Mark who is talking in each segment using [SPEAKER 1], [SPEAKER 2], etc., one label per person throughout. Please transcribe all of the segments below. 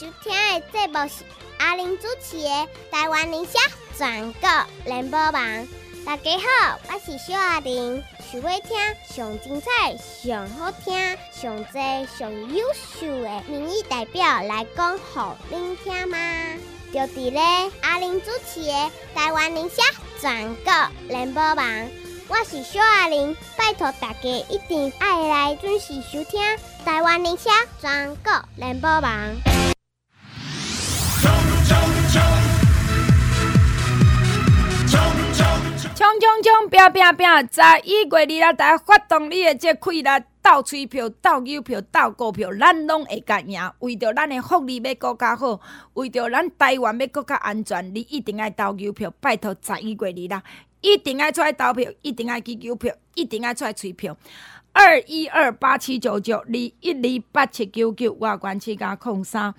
[SPEAKER 1] 听的节目是阿玲主持的台湾理社全国联播网。大家好，我是小阿玲，想要听上精彩、上好听、上多、上优秀的民意代表来讲给您听吗？就伫咧阿玲主持的台湾理社全国联播网。我是小阿玲，拜托大家一定要来准时收听台湾理社全国联播网。
[SPEAKER 2] 冲，拼，11月2日，大家发动你的这气力，斗吹票、斗邮票、斗股票，咱拢会甲赢。为着咱的福利要更加好，为着咱台湾要更加安全，你一定要斗邮票。拜托11月2日，一定要出来投票，一定要去邮票，一定要出来吹票。212879921287799外关7加03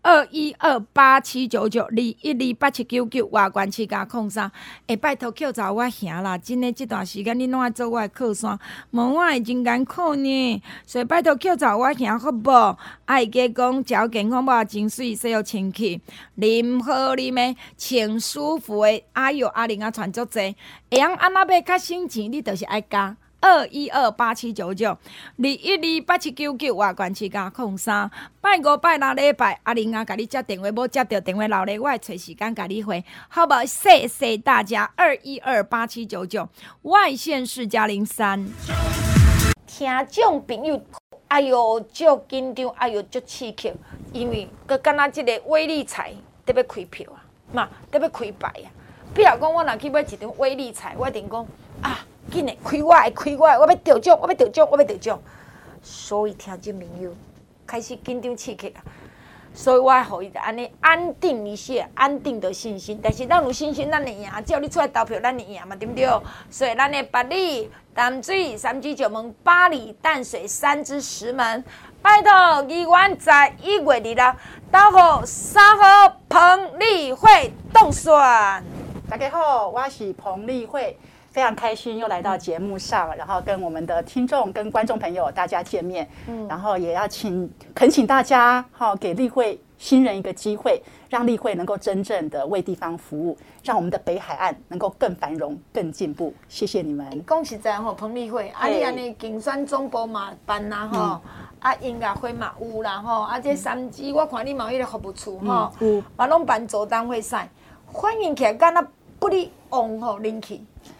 [SPEAKER 2] 212879921287799外关7加03。拜托扣查我兄啦，真的这段时间你拢爱做我的靠山，无我会真艰苦呢。所以拜托扣查我兄好无？爱加讲食健康饱真水，洗好清气，啉好啉的，穿舒服的。哎哟，阿玲啊，传足济，会用安那要较省钱，你就是爱加。212879921287799外关7加03。拜5拜6礼拜，阿玲啊，甲你接电话，无接到电话留咧，我会找时间甲你回，好无？谢谢大家。2128799外县市加03。听众朋友，哎哟，足紧张，哎哟，足刺激，因为佮敢若即个威力彩得要开票啊，嘛得要开牌啊。比如讲，我若去买一张威力彩，我一定讲啊。紧嘞，开我的，我要得奖，我要得奖。所以听众朋友开始紧张刺激啊！所以我互伊安尼安定一些，安定的信心。但是咱有信心，咱会赢。只要你出来投票，咱会赢嘛，对不对？所以咱的八里、淡水、三支九门、八里、淡水3支10门，拜托议员在1月2日投予3号彭丽慧当选。
[SPEAKER 3] 大家好，我是彭丽慧。非常开心又来到节目上，然后跟我们的听众、跟观众朋友大家见面，然后也要恳请大家给立会新人一个机会，让立会能够真正的为地方服务，让我们的北海岸能够更繁荣、更进步。谢谢你们。
[SPEAKER 2] 讲实在彭丽慧，你安尼竞选总部嘛办啦音乐会嘛有啦这3支我看你嘛有迄个服务处嘛拢办座谈会赛，欢迎起来，敢若不哩旺人气。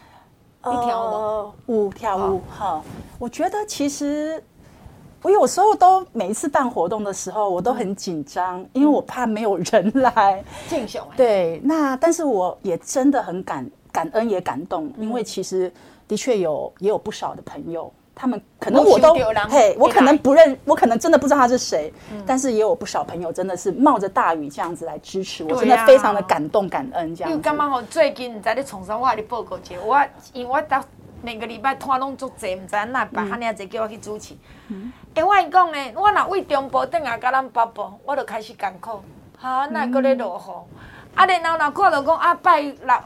[SPEAKER 3] 有跳舞我觉得其实我有时候都每一次办活动的时候，我都很紧张，因为我怕没有人来。对，但是我也真的很感恩也感动，因为其实的确也有不少的朋友。他们可能我可能不认，我可能真的不知道他是谁，但是也有不少朋友真的是冒着大雨这样子来支持我，真的非常的感动感恩这样子。
[SPEAKER 2] 因为感觉最近你在咧创啥，我跟你报告一下，因为我到每个礼拜摊拢足济，唔知哪办遐尔济叫我去主持。我跟你讲呢，我若为中部转来甲咱北部，我就开始艰苦，哪搁咧落雨。然后若看到讲拜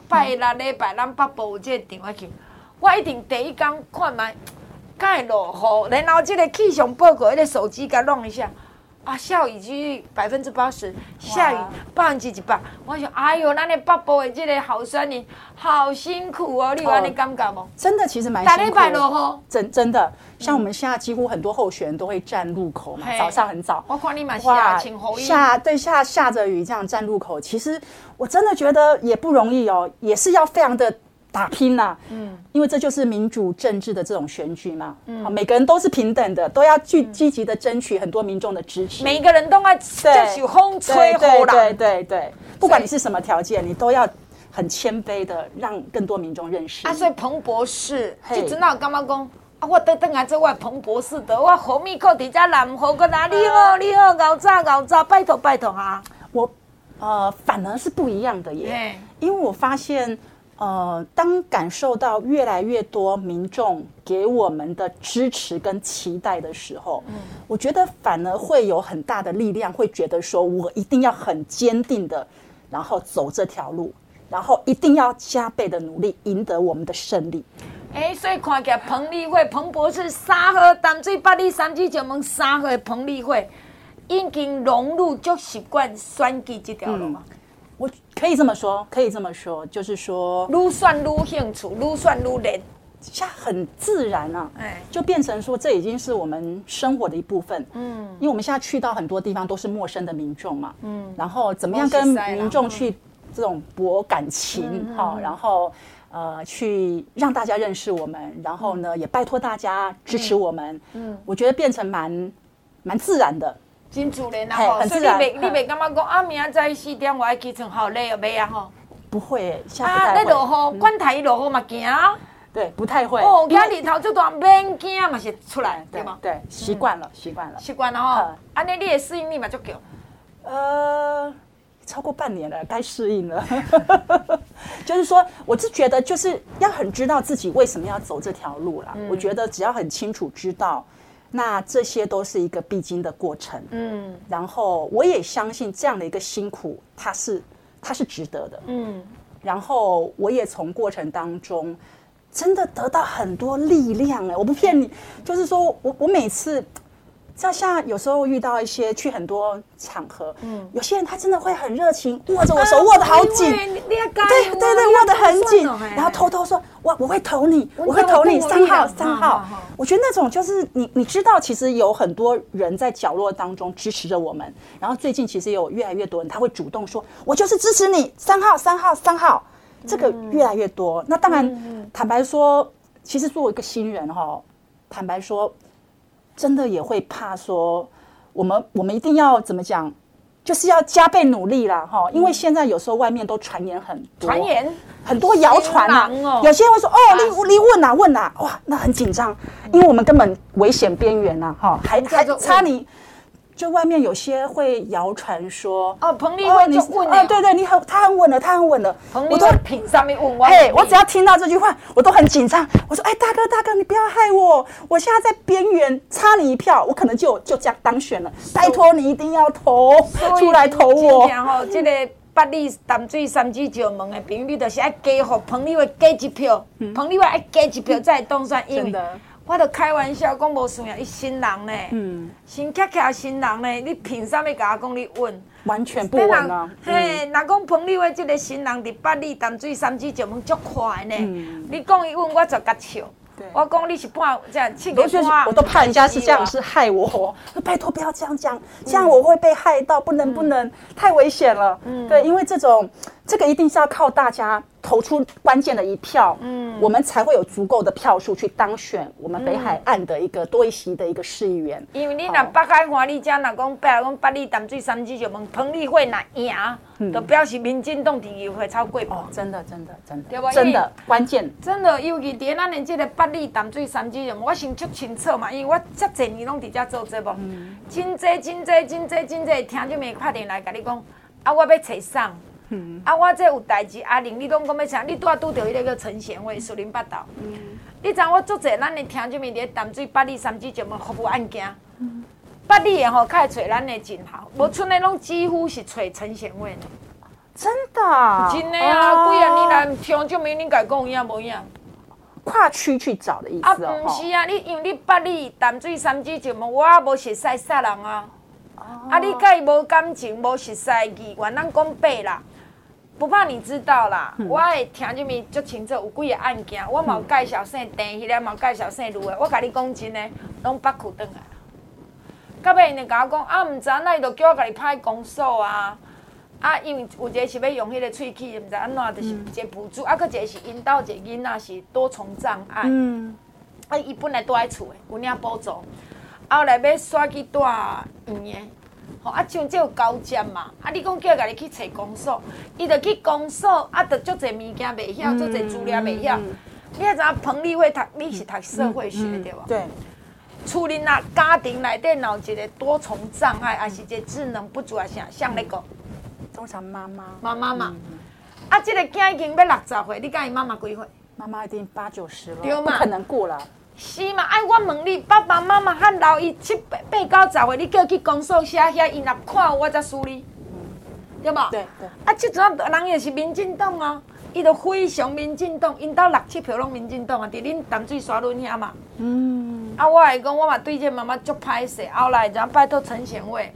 [SPEAKER 2] 6礼拜咱北部有这个场去，我一定第一天看卖。敢会落雨，然后这个气象报告，那个手机甲弄一下，下雨几率80%，下雨100%。我想，哎呦，咱的北部的这个好山民好辛苦哦，你有安尼感觉无？
[SPEAKER 3] 真的，其实蛮辛苦的。
[SPEAKER 2] 大礼拜落雨，
[SPEAKER 3] 真的，像我们现在几乎很多候选人都会站路口嘛，早上很早。
[SPEAKER 2] 我看你嘛下请雨衣。
[SPEAKER 3] 下着雨这样站路口，其实我真的觉得也不容易哦，也是要非常的。打拼啦，因为这就是民主政治的这种选举嘛，每个人都是平等的，都要积极的争取很多民众的支持，
[SPEAKER 2] 每个人都要接受风吹雨浪，
[SPEAKER 3] 对，不管你是什么条件，你都要很谦卑的让更多民众认识。
[SPEAKER 2] 所以彭博士，即阵我感觉讲，我倒来做我彭博士的，我何米克伫遮南雨个哪里你好，熬早，拜托哈。
[SPEAKER 3] 我反而是不一样的耶，因为我发现。当感受到越来越多民众给我们的支持跟期待的时候，我觉得反而会有很大的力量，会觉得说我一定要很坚定的，然后走这条路，然后一定要加倍的努力，赢得我们的胜利。
[SPEAKER 2] 所以看起来彭丽慧、彭博士3号淡水8里3支9门3号的彭丽慧。 已经融入就习惯选举这条路嘛。
[SPEAKER 3] 我可以这么说，就是说，
[SPEAKER 2] 愈选愈兴趣，愈选愈热，
[SPEAKER 3] 现在很自然啊，就变成说这已经是我们生活的一部分。因为我们现在去到很多地方都是陌生的民众嘛，然后怎么样跟民众去这种博感情然后去让大家认识我们，然后呢也拜托大家支持我们。我觉得变成蛮自然的。
[SPEAKER 2] 真自然啊！
[SPEAKER 3] 很自然。
[SPEAKER 2] 所以你袂感觉讲啊，明仔载4点我要起床，好累哦，袂啊吼。
[SPEAKER 3] 不会，现在不太会。
[SPEAKER 2] 你落雨，管台落雨嘛行啊。
[SPEAKER 3] 对，不太会。
[SPEAKER 2] 哦，今日头这段免惊嘛是出来，对吗？
[SPEAKER 3] 对，习惯了。
[SPEAKER 2] 习惯了吼。安尼你的适应力嘛足够。
[SPEAKER 3] 超过半年了，该适应了。就是说，我是觉得就是要很知道自己为什么要走这条路啦。我觉得只要很清楚知道。那这些都是一个必经的过程，然后我也相信这样的一个辛苦，它是值得的，然后我也从过程当中真的得到很多力量我不骗你，就是说我每次。像有时候遇到一些去很多场合，有些人他真的会很热情，握着我手握得好紧，对，握得很紧，然后偷偷说，我会投你3号。我觉得那种就是你知道，其实有很多人在角落当中支持着我们，然后最近其实有越来越多人他会主动说，我就是支持你3号，这个越来越多。那当然，坦白说，其实作为一个新人坦白说。真的也会怕说，我们一定要怎么讲，就是要加倍努力啦因为现在有时候外面都传言很多谣传有些人会说你问啊，哇，那很紧张，因为我们根本危险边缘还差你。就外面有些会谣传说
[SPEAKER 2] 彭丽慧就问你
[SPEAKER 3] 对，他很稳了。
[SPEAKER 2] 彭丽慧凭上面问
[SPEAKER 3] 我只要听到这句话，我都很紧张。我说大哥，你不要害我，我现在在边缘，差你一票，我可能就这样当选了。拜托你一定要投出来投我。
[SPEAKER 2] 这个八里淡水三支石门的朋友，你就是要加予彭丽慧加一票，彭丽慧要加一票才会当选，因为。我就开玩笑讲无算啊，伊新人呢，新恰新人呢，你凭啥物甲我讲你稳？
[SPEAKER 3] 完全不稳啊！
[SPEAKER 2] 若讲彭丽慧这个新人伫八里淡水三支石门足快呢，你讲伊稳，我就甲笑。我讲你是半这样七个半，
[SPEAKER 3] 我都怕人家是这样是害我。拜托不要这样讲，这样我会被害到，不能，太危险了。对，因为这个一定是要靠大家投出关键的一票，我们才会有足够的票数去当选我们北海岸的一个多一席的一个市议员。
[SPEAKER 2] 因为你若北海岸你遮若讲八里淡水三支石门，彭丽慧若赢，就表示民进党第二会超过半。
[SPEAKER 3] 真的，真的关键。
[SPEAKER 2] 真的，尤其伫咱的这个八里淡水三支石门，我先足清楚嘛，因为我遮侪年拢伫遮做节目，真侪听这面拍电来甲你讲，我要找送。我这有代志，阿玲，你拢讲要啥？你拄到迄个叫陈贤伟，树林八道。你知我足侪咱的听这面伫淡水八里三支石门服务案件，八里的较会找咱的真好，无剩的拢几乎是找陈贤伟呢。
[SPEAKER 3] 真的？
[SPEAKER 2] 真的啊！几啊年来听这面，你甲讲有影无影？
[SPEAKER 3] 跨区去找的意思
[SPEAKER 2] 不是啊，因为你八里淡水三支石门，我无熟悉杀人啊。你甲伊无感情，无熟悉议员，咱讲白啦。不怕你知道啦，我会听这面足清楚，有几个案件，我嘛有介绍姓陈，迄个嘛有介绍姓卢的，我甲你讲真的，拢北区转来。到尾因就甲我讲，毋知那伊就叫我甲你拍公诉啊，因为有一个是要用迄个喙齿，毋知安怎，就是一个补助，佮一个是引导一个囡仔是多重障碍，伊本来住在厝的，有领补助，后来要刷去住院的。像这有高尖嘛，你讲叫你去找公所，伊就去公所，就足侪物件袂晓，足侪资料袂晓。你也知影彭丽慧你是读社会学对吧？
[SPEAKER 3] 对。
[SPEAKER 2] 厝里家庭内底有一个多重障碍，还是一个智能不足啊啥？像你讲，
[SPEAKER 3] 通常妈
[SPEAKER 2] 嘛。这个囝已经要60岁，你甲伊妈妈几岁？
[SPEAKER 3] 妈妈一定80、90了，
[SPEAKER 2] 对嘛？
[SPEAKER 3] 不可能过了。
[SPEAKER 2] 是嘛？我问你，爸爸妈妈较老，伊8、9、10岁，你叫去公所写遐，伊若看我才处理，对无？
[SPEAKER 3] 对。
[SPEAKER 2] 这阵人也是民进党啊，伊就非常民进党，因兜6、7票拢民进党啊，伫恁淡水沙仑遐嘛。我会讲，我嘛对这妈妈足歹势，后来就拜托陈贤伟，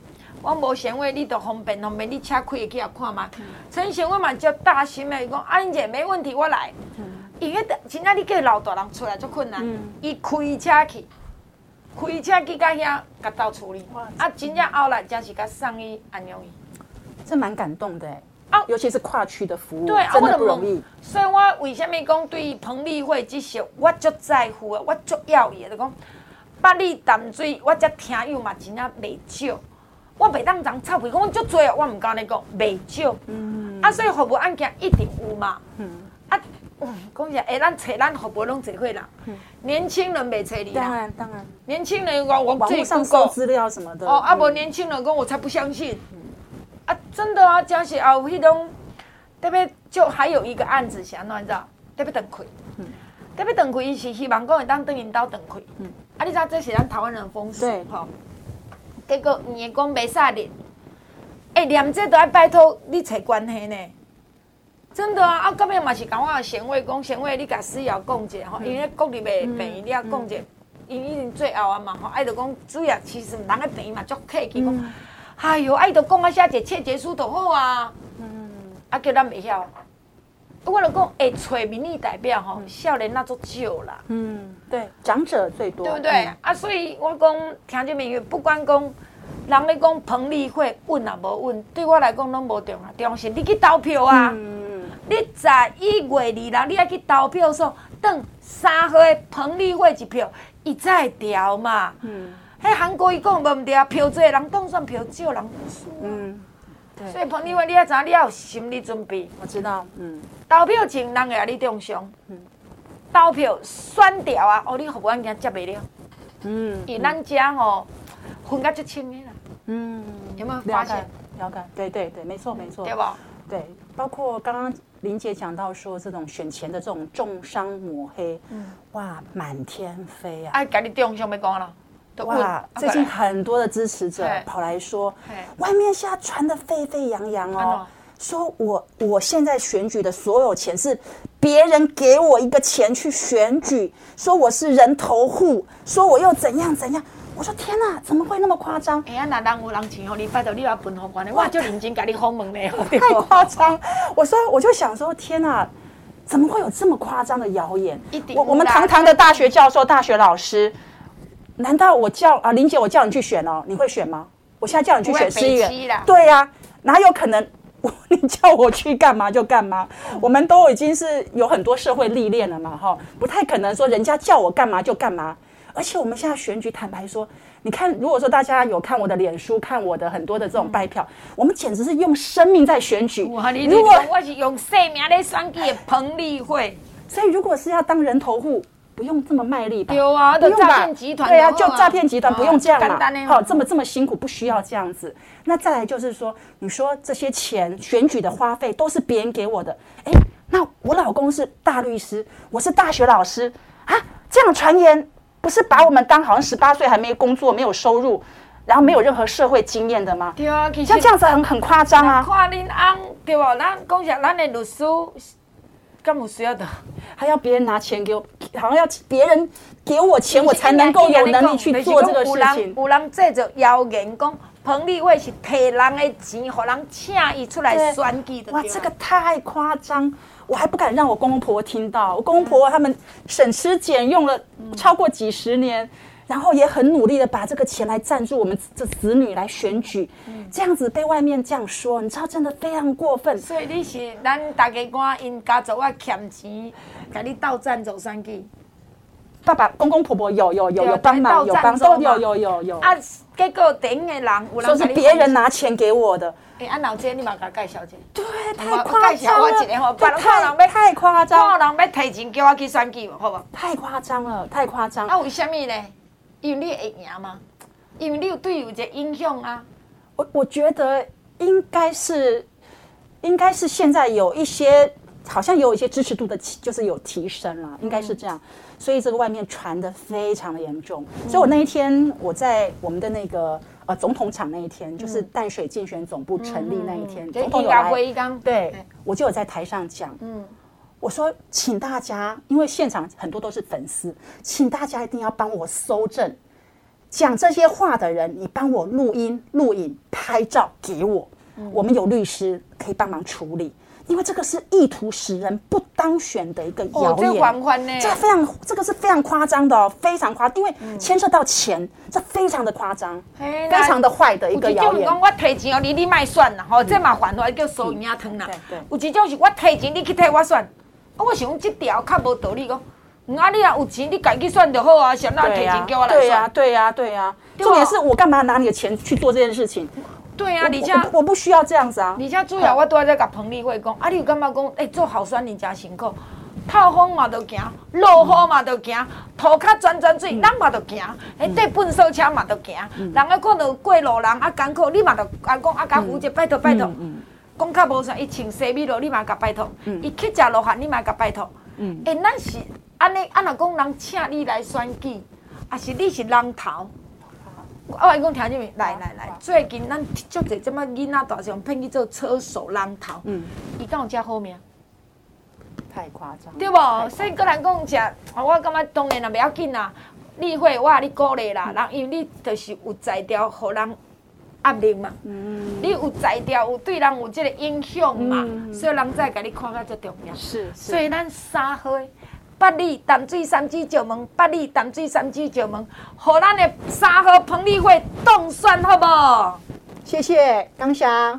[SPEAKER 2] 我无闲话，你就方便，你车开去也看嘛。陈贤我嘛叫大心的，伊讲阿玲姐没问题，我来。因为真正你叫老大人出来足困难，伊开车去到遐甲斗处理，真正后来才是甲送去安阳医。
[SPEAKER 3] 这蛮感动的尤其是跨区的服务，
[SPEAKER 2] 对
[SPEAKER 3] 真的不容易。
[SPEAKER 2] 所以我为什么讲对彭丽慧这些我足在乎的，我足要伊的，就讲捌你淡水，我这听友嘛真正袂少。我袂当讲臭屁，讲足多，我唔敢你讲袂少。所以服务案件一定有嘛。讲起来，咱找咱服务拢侪会人，年轻人袂找你啦。
[SPEAKER 3] 当然。
[SPEAKER 2] 年轻人讲我
[SPEAKER 3] 网络上搜资料什么的。
[SPEAKER 2] 无年轻人讲我才不相信。真的真是有迄种，特别就还有一个案子是安怎知道？特别长开，特别长开，伊是希望讲会当等因兜长开。你知这是咱台湾人的风俗吼。结果伊会讲袂使念，念这都要拜托你找关系呢。真的到尾嘛是甲我贤惠讲，贤惠你甲思瑶讲者吼，因为国立的病院你也讲者，因已经最后嘛吼，就讲主要其实人的病院嘛足客气讲。哎呦，就讲啊，写一个切结书就好啊。叫咱袂晓。我就讲，找民意代表吼，少年那足少啦。
[SPEAKER 3] 对，长者最多，
[SPEAKER 2] 对不对？所以我讲，听这民意，不管讲人咧讲彭丽慧稳啊无稳，对我来讲拢无重要，重要是你去投票啊。你11月26，你要去投票所，等3号的彭丽慧一票，伊才会调嘛。迄韩国伊讲无毋对，票多人当选，票少人不输。对。所以彭丽慧，你要知影，你要有心理准备。
[SPEAKER 3] 我知道。
[SPEAKER 2] 投票前人会甲你中伤。投票选掉啊，你服务案件接袂了。以咱家吼分甲足清的啦。有没有发现？
[SPEAKER 3] 了解。对，没错。
[SPEAKER 2] 对不？
[SPEAKER 3] 对，包括刚刚林姐讲到说，这种选前的这种重伤抹黑，哇，满天飞啊！
[SPEAKER 2] 甲你中伤要讲啦。
[SPEAKER 3] 哇！最近很多的支持者跑来说，外面现在传得沸沸扬扬说我现在选举的所有钱是别人给我一个钱去选举，说我是人头户，说我又怎样。我说天哪，怎么会那么夸张？
[SPEAKER 2] 那人有人钱，你拜托你要分好关的，我就认真给你访问嘞。
[SPEAKER 3] 太夸张！我就想说，天哪，怎么会有这么夸张的谣言？我们堂堂的大学教授、大学老师。难道我叫林姐，我叫你去选你会选吗？我现在叫你去选市议员，对呀，哪有可能？你叫我去干嘛就干嘛？我们都已经是有很多社会历练了嘛，不太可能说人家叫我干嘛就干嘛。而且我们现在选举，坦白说，你看，如果说大家有看我的脸书，看我的很多的这种拜票，我们简直是用生命在选举。
[SPEAKER 2] 如果我是用生命在选举的彭丽慧，
[SPEAKER 3] 所以如果是要当人头户。不用这么卖力吧？
[SPEAKER 2] 有啊，不用吧？诈骗集团
[SPEAKER 3] 对啊，就诈骗集团不用这样
[SPEAKER 2] 嘛。
[SPEAKER 3] 这么辛苦，不需要这样子。那再来就是说，你说这些钱选举的花费都是别人给我的，那我老公是大律师，我是大学老师这样传言不是把我们当好像18岁还没工作、没有收入，然后没有任何社会经验的吗？
[SPEAKER 2] 对啊，其实
[SPEAKER 3] 像这样子很夸张啊。
[SPEAKER 2] 看恁翁对吧？咱讲下咱的律师。干有需要的，
[SPEAKER 3] 还要别人拿钱给我，好像要别人给我钱，我才能够有能力去做这个事情。
[SPEAKER 2] 有人这就谣言讲，彭丽慧是摕人的钱，让人请伊出来选举的。
[SPEAKER 3] 哇，这个太夸张！我还不敢让我公公婆婆听到。我公公婆婆他们省吃俭用了超过几十年，然后也很努力的把这个钱来赞助我们这子女来选举，这样子被外面这样说，你知道真的非常过分。
[SPEAKER 2] 所以你是咱大家看因家族欠钱，给你倒赞助选举。
[SPEAKER 3] 爸爸公公婆婆有帮忙，有帮都有。
[SPEAKER 2] 结果顶的人有人
[SPEAKER 3] 说是别人拿钱给我的。
[SPEAKER 2] 老姐你嘛甲介绍一下。
[SPEAKER 3] 对，太夸张了。太夸张。
[SPEAKER 2] 人要提钱叫我去选举，好不好？
[SPEAKER 3] 太夸张了，太夸张。
[SPEAKER 2] 为什么呢？因为你会赢吗？因为你有对有一个影响啊。
[SPEAKER 3] 我觉得应该是现在有一些，好像有一些支持度的，就是有提升了，应该是这样。所以这个外面传得非常的严重。所以我那一天我在我们的那个总统场那一天，就是淡水竞选总部成立那一天，总统有来，对，我就有在台上讲，我说请大家，因为现场很多都是粉丝，请大家一定要帮我搜证。 讲这些话的人，你帮我录音、录影、拍照给我，我们有律师可以帮忙处理。因为这个是意图使人不当选的一个谣言，这个是非常夸张的哦，非常夸张，因为牵涉到钱，这非常的夸张，非常的坏的一个谣言。有一种
[SPEAKER 2] 讲我提钱哦，你莫选啦，吼，这麻烦话叫收银汤啦。有一种是我提钱，你去替我选，我想这条较无道理讲。你若有钱，你家己选就好啊，谁拿提钱叫我来选？
[SPEAKER 3] 对呀。重点是我干嘛拿你的钱去做这件事情？
[SPEAKER 2] 对啊，
[SPEAKER 3] 我不需要这样子啊！
[SPEAKER 2] 而且主要我拄仔在甲彭丽慧讲，你有感觉讲，做候选人真辛苦，透风嘛就行，落雨嘛就行，涂骹转水，咱嘛就行，缀粪扫车嘛就行，人啊看到过路人艰苦，你嘛就讲甲扶一拜托，讲较无啥，伊穿西米露，你嘛甲拜托，伊去食落饭，你嘛甲拜托，咱是安尼，若讲人请你来选举，也是你是人头。我讲听什么？来，最近咱足侪即摆囡仔大上骗去做车手人头，伊敢有遮好命？
[SPEAKER 3] 太夸张，
[SPEAKER 2] 对无？所以个人讲食，我感觉当然啦，袂要紧啦。例会我你鼓励啦，人因为你就是有才调，互人压力嘛。你有才调，有对人有即个影响嘛，所以人才甲你看甲足重要。
[SPEAKER 3] 是。
[SPEAKER 2] 所以咱3号。八里淡水三支石门，八里淡水三支石门，互咱的3号彭丽慧当选，好无？
[SPEAKER 3] 谢谢刚翔。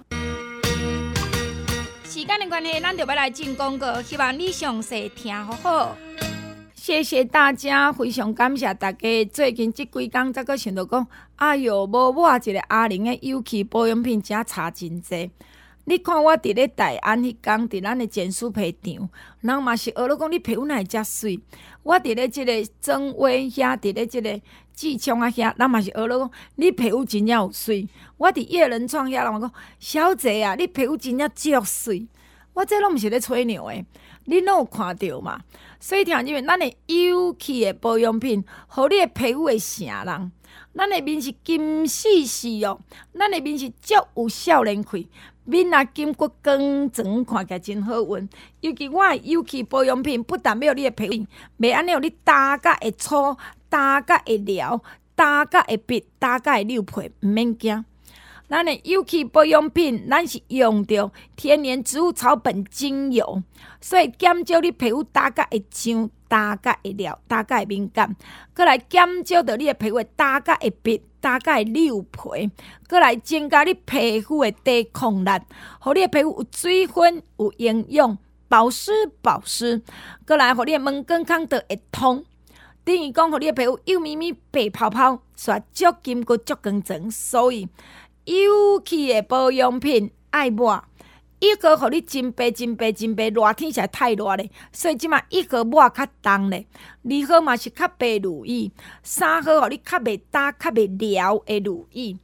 [SPEAKER 2] 时间的关系，咱就要来进广告，希望你详细听好好。谢谢大家，非常感谢大家。最近这几天才阁想到讲，哎哟，无抹一个阿玲的有机保养品，真差真济。你看我伫咧大安迄天，伫咱的剪梳皮场，人嘛是学了讲你皮肤哪会遮水。我伫咧即个庄威遐，伫咧即个痔疮啊遐，人嘛是学了讲你皮肤真正有水。我伫叶人创遐，人嘛讲小姐啊，你皮肤真正足水。我这拢毋是咧吹牛的，你拢有看到嘛？所以听入面，咱的有机的保养品，互你的皮肤会成人。咱的面是金细细哦，咱的面是足有少年气。面啊，金骨光泽，看起来真好闻。尤其我的有机保养品，不但要你的皮肤，袂安尼互你打甲会粗，打甲会撩，打甲会闭，打甲会溜皮，毋免惊。咱的有机保养品，咱是用着天然植物草本精油，所以减少你皮肤打甲会痒、打甲会撩、打甲会敏感，搁来减少着你的皮肤打甲会闭。大概溜皮，搁来增加你皮肤的抵抗力，互你的皮肤有水分、有营养、保湿，搁来互你的毛根康就会通。等于讲，互你的皮肤幼咪咪、白泡泡，煞足筋骨、足光泽。所以有机的保养品爱抹，一个互你真白，热天实在太热咧，所以即马一个抹较重咧。2号嘛是较白乳液，3号互你较袂打、较袂撩的乳液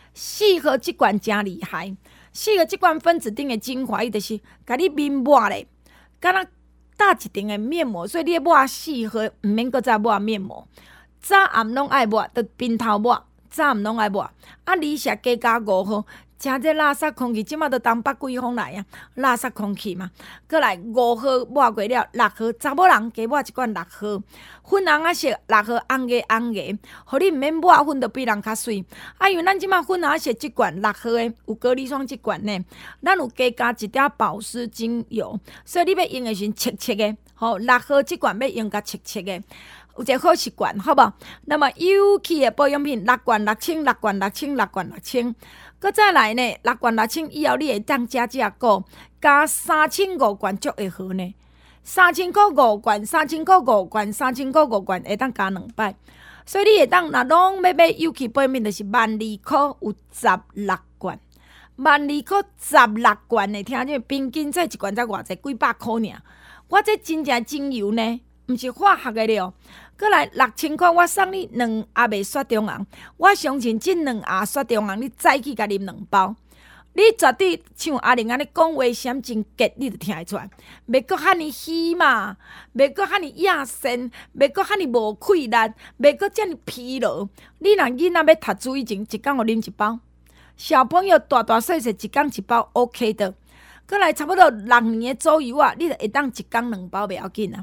[SPEAKER 2] ，4号即罐真厉害。4号即罐分子顶的精华，伊就是甲你面抹咧，敢若搭一层的面膜，所以你抹4号毋免搁再抹面膜，早暗拢爱抹，着边头抹，早暗拢爱抹。你是加5号。正这垃圾空气，即马都东北季风来啊，垃圾空气嘛。过来5号抹过了，6号查某人加抹一罐6号，粉红啊色6号红个，互你毋免抹粉，就比人较水。因为咱即马粉红色即罐6号的有隔离霜即罐呢，咱有加一点保湿精油，所以你要用的时切切的，6号即罐要用甲切切的。有一个好习惯，好无？那么有机的保养品6罐6000，6罐6000，6罐6000。搁再来呢，6罐6000以后，你会当加购，加3500罐足会好呢。3000块5罐，3000块5罐，3000块5罐会当加2摆。所以你会当若拢要买有机保养品，就是12000块有16罐，12000块16罐的，听见平均这一罐才偌济，几百块尔。我这真正精油呢，毋是化学的了。过来6000块，我送你2盒的雪中红。我相信这2盒雪中红，你早起甲啉2包，你绝对像阿玲安尼讲话声真结，你就听会出来。袂阁遐尼虚嘛，袂阁遐尼亚线，袂阁遐尼无气力，袂阁遮尼疲劳。你若囡仔要读书以前，一工互啉1包；小朋友大细细一工1包 OK 的。过来差不多6年的左右啊，你就会当一工2包袂要紧啊。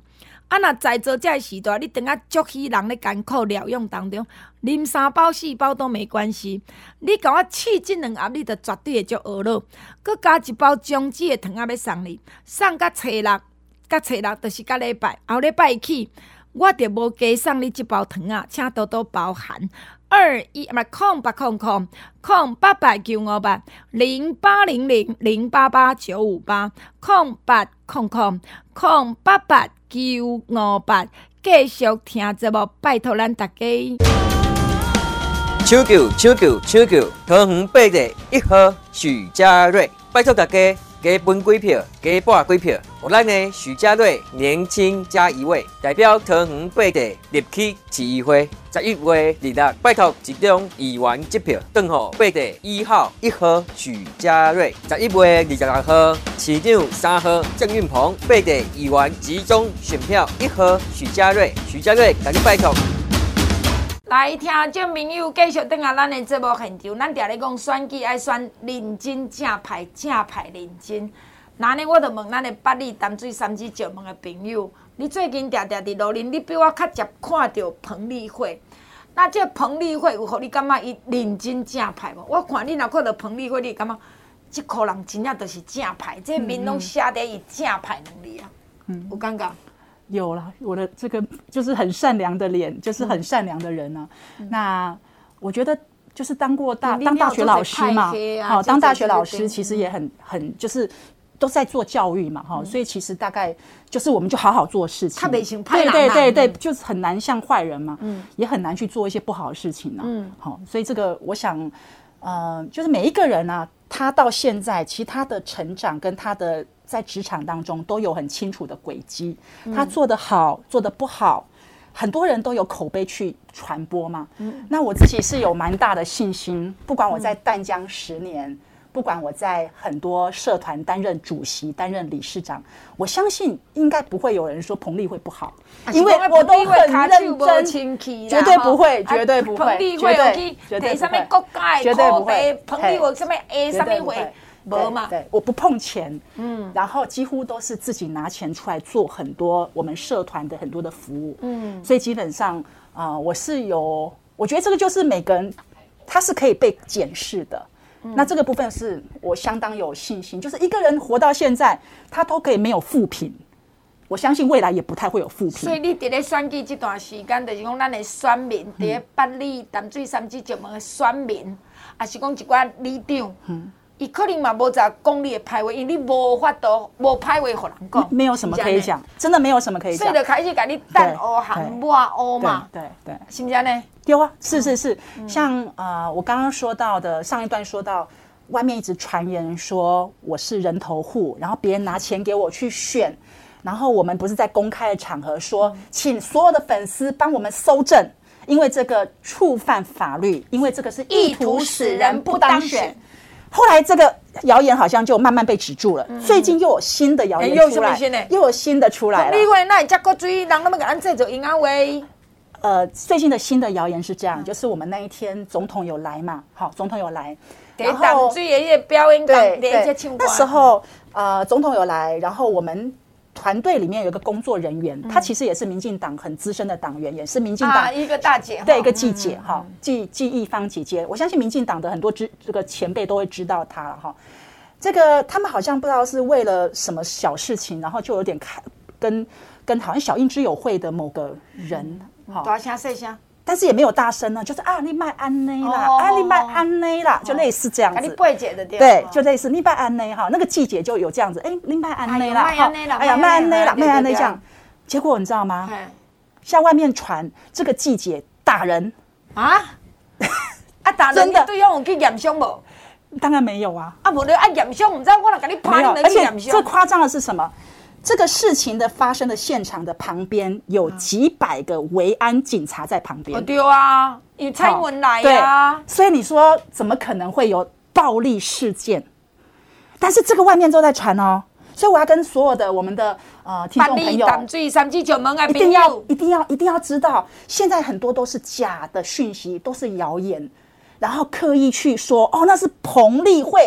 [SPEAKER 2] 啊，若在座这时代，你等下足许人咧艰苦疗养当中，啉3包4包都没关系。你甲我试这2盒，你就绝对会足饿了。佮加1包姜子的糖仔要送你，送到初六，就是到礼拜后礼拜起，我就无加送你这包糖仔，请多多包涵。0800-088-958，0800-088-958，继续听节目，拜托咱大家。
[SPEAKER 4] 抢救！桃园8地1號許家瑞，拜托大家加分幾票，加撥幾票，有咱的許家瑞年輕加一位，代表桃園8地入去市議會。11月26，拜托集中議員積票，轉予8地1號許家瑞。11月26號，市長3號鄭運鵬，8地議員集中選票1號許家瑞，甲你拜托。
[SPEAKER 2] 来，聽眾朋友繼續等下咱的節目現場，咱常咧講選舉愛選認真正派認真。那呢，我就問咱的八里淡水三芝石門的朋友，你最近常常佇路林，你比我較接看到彭麗慧。那這彭麗慧有互你感覺伊認真正派無？我看你若看到彭麗慧，你感覺這個人真正就是正派，這面攏寫在伊正派能力啊。有感覺？
[SPEAKER 3] 有啦，我的这个就是很善良的脸，就是很善良的人啊。那我觉得就是当大学老师嘛，好，当大学老师其实也很就是都在做教育嘛，哈，所以其实大概就是我们就好好做事情，对，就是很难像坏人嘛，也很难去做一些不好的事情啊，好，所以这个我想，就是每一个人啊，他到现在其实他的成长跟他的在职场当中都有很清楚的轨迹，他做得好，做得不好，很多人都有口碑去传播嘛。那我自己是有蛮大的信心，不管我在淡江10年，不管我在很多社团担任主席、担任理事长，我相信应该不会有人说彭丽慧不好，因为我都很认真，绝对不会，绝对不会，
[SPEAKER 2] 彭丽慧有去提什么国家的口碑，彭丽慧什么 A 什么会。
[SPEAKER 3] 对，我不碰钱，然后几乎都是自己拿钱出来做很多我们社团的很多的服务，所以基本上我是有，我觉得这个就是每个人他是可以被检视的，那这个部分是我相当有信心，就是一个人活到现在，他都可以没有负评，我相信未来也不太会有负评。
[SPEAKER 2] 所以你伫咧选举这段时间，就是讲咱的选民，伫咧八里淡水三芝石门的选民，也是讲一寡里长。伊可能嘛无在讲你的歹话，因为你无法度无歹话互人讲，
[SPEAKER 3] 没有什么可以讲，真的没有什么可以讲，
[SPEAKER 2] 所以就开始甲你蛋乌含抹乌嘛，
[SPEAKER 3] 对，
[SPEAKER 2] 是不是呢？
[SPEAKER 3] 有啊，是，像我刚刚说到的上一段说到，外面一直传言说我是人头户，然后别人拿钱给我去选，然后我们不是在公开的场合说，请所有的粉丝帮我们搜证，因为这个触犯法律，因为这个是意图使人不当选。后来这个谣言好像就慢慢被止住了，最近又有新的谣言出来，又有新的出来了。
[SPEAKER 2] 你话那会遮个水，人那么给咱制作音乐会。
[SPEAKER 3] 最近的新的谣言是这样，就是我们那一天总统有来嘛，好，总统有来，
[SPEAKER 2] 然后淡水的表演港连接唱歌。
[SPEAKER 3] 那时候总统有来，然后我们团队里面有一个工作人员，他其实也是民进党很资深的党员，也是民进党
[SPEAKER 2] 一个大姐，
[SPEAKER 3] 对，一个季姐哈，季义芳姐姐，我相信民进党的很多这个前辈都会知道她了哈。这个他们好像不知道是为了什么小事情，然后就有点跟好像小英之友会的某个人，
[SPEAKER 2] 大声细声。
[SPEAKER 3] 但是也没有大声呢，就是你卖安内啦，你卖安内啦，就类似这样子。
[SPEAKER 2] 你背姐的
[SPEAKER 3] 对，就类似你卖安内哈，那个季姐就有这样子，你卖安内啦，哎呀卖安内啦，卖安内这样。结果你知道吗？向外面传这个季姐打人
[SPEAKER 2] 啊！打人，你对方有去验伤无？
[SPEAKER 3] 当然没有啊！
[SPEAKER 2] 无你验伤，唔知我来给你拍，
[SPEAKER 3] 而且最夸张的是什么？这个事情的发生的现场的旁边有几百个维安警察在旁边。
[SPEAKER 2] 对啊，因为蔡英文来啊。
[SPEAKER 3] 对，所以你说怎么可能会有暴力事件？但是这个外面都在传哦，所以我要跟所有的我们的听众朋友，一定要知道，现在很多都是假的讯息，都是谣言，然后刻意去说那是彭丽慧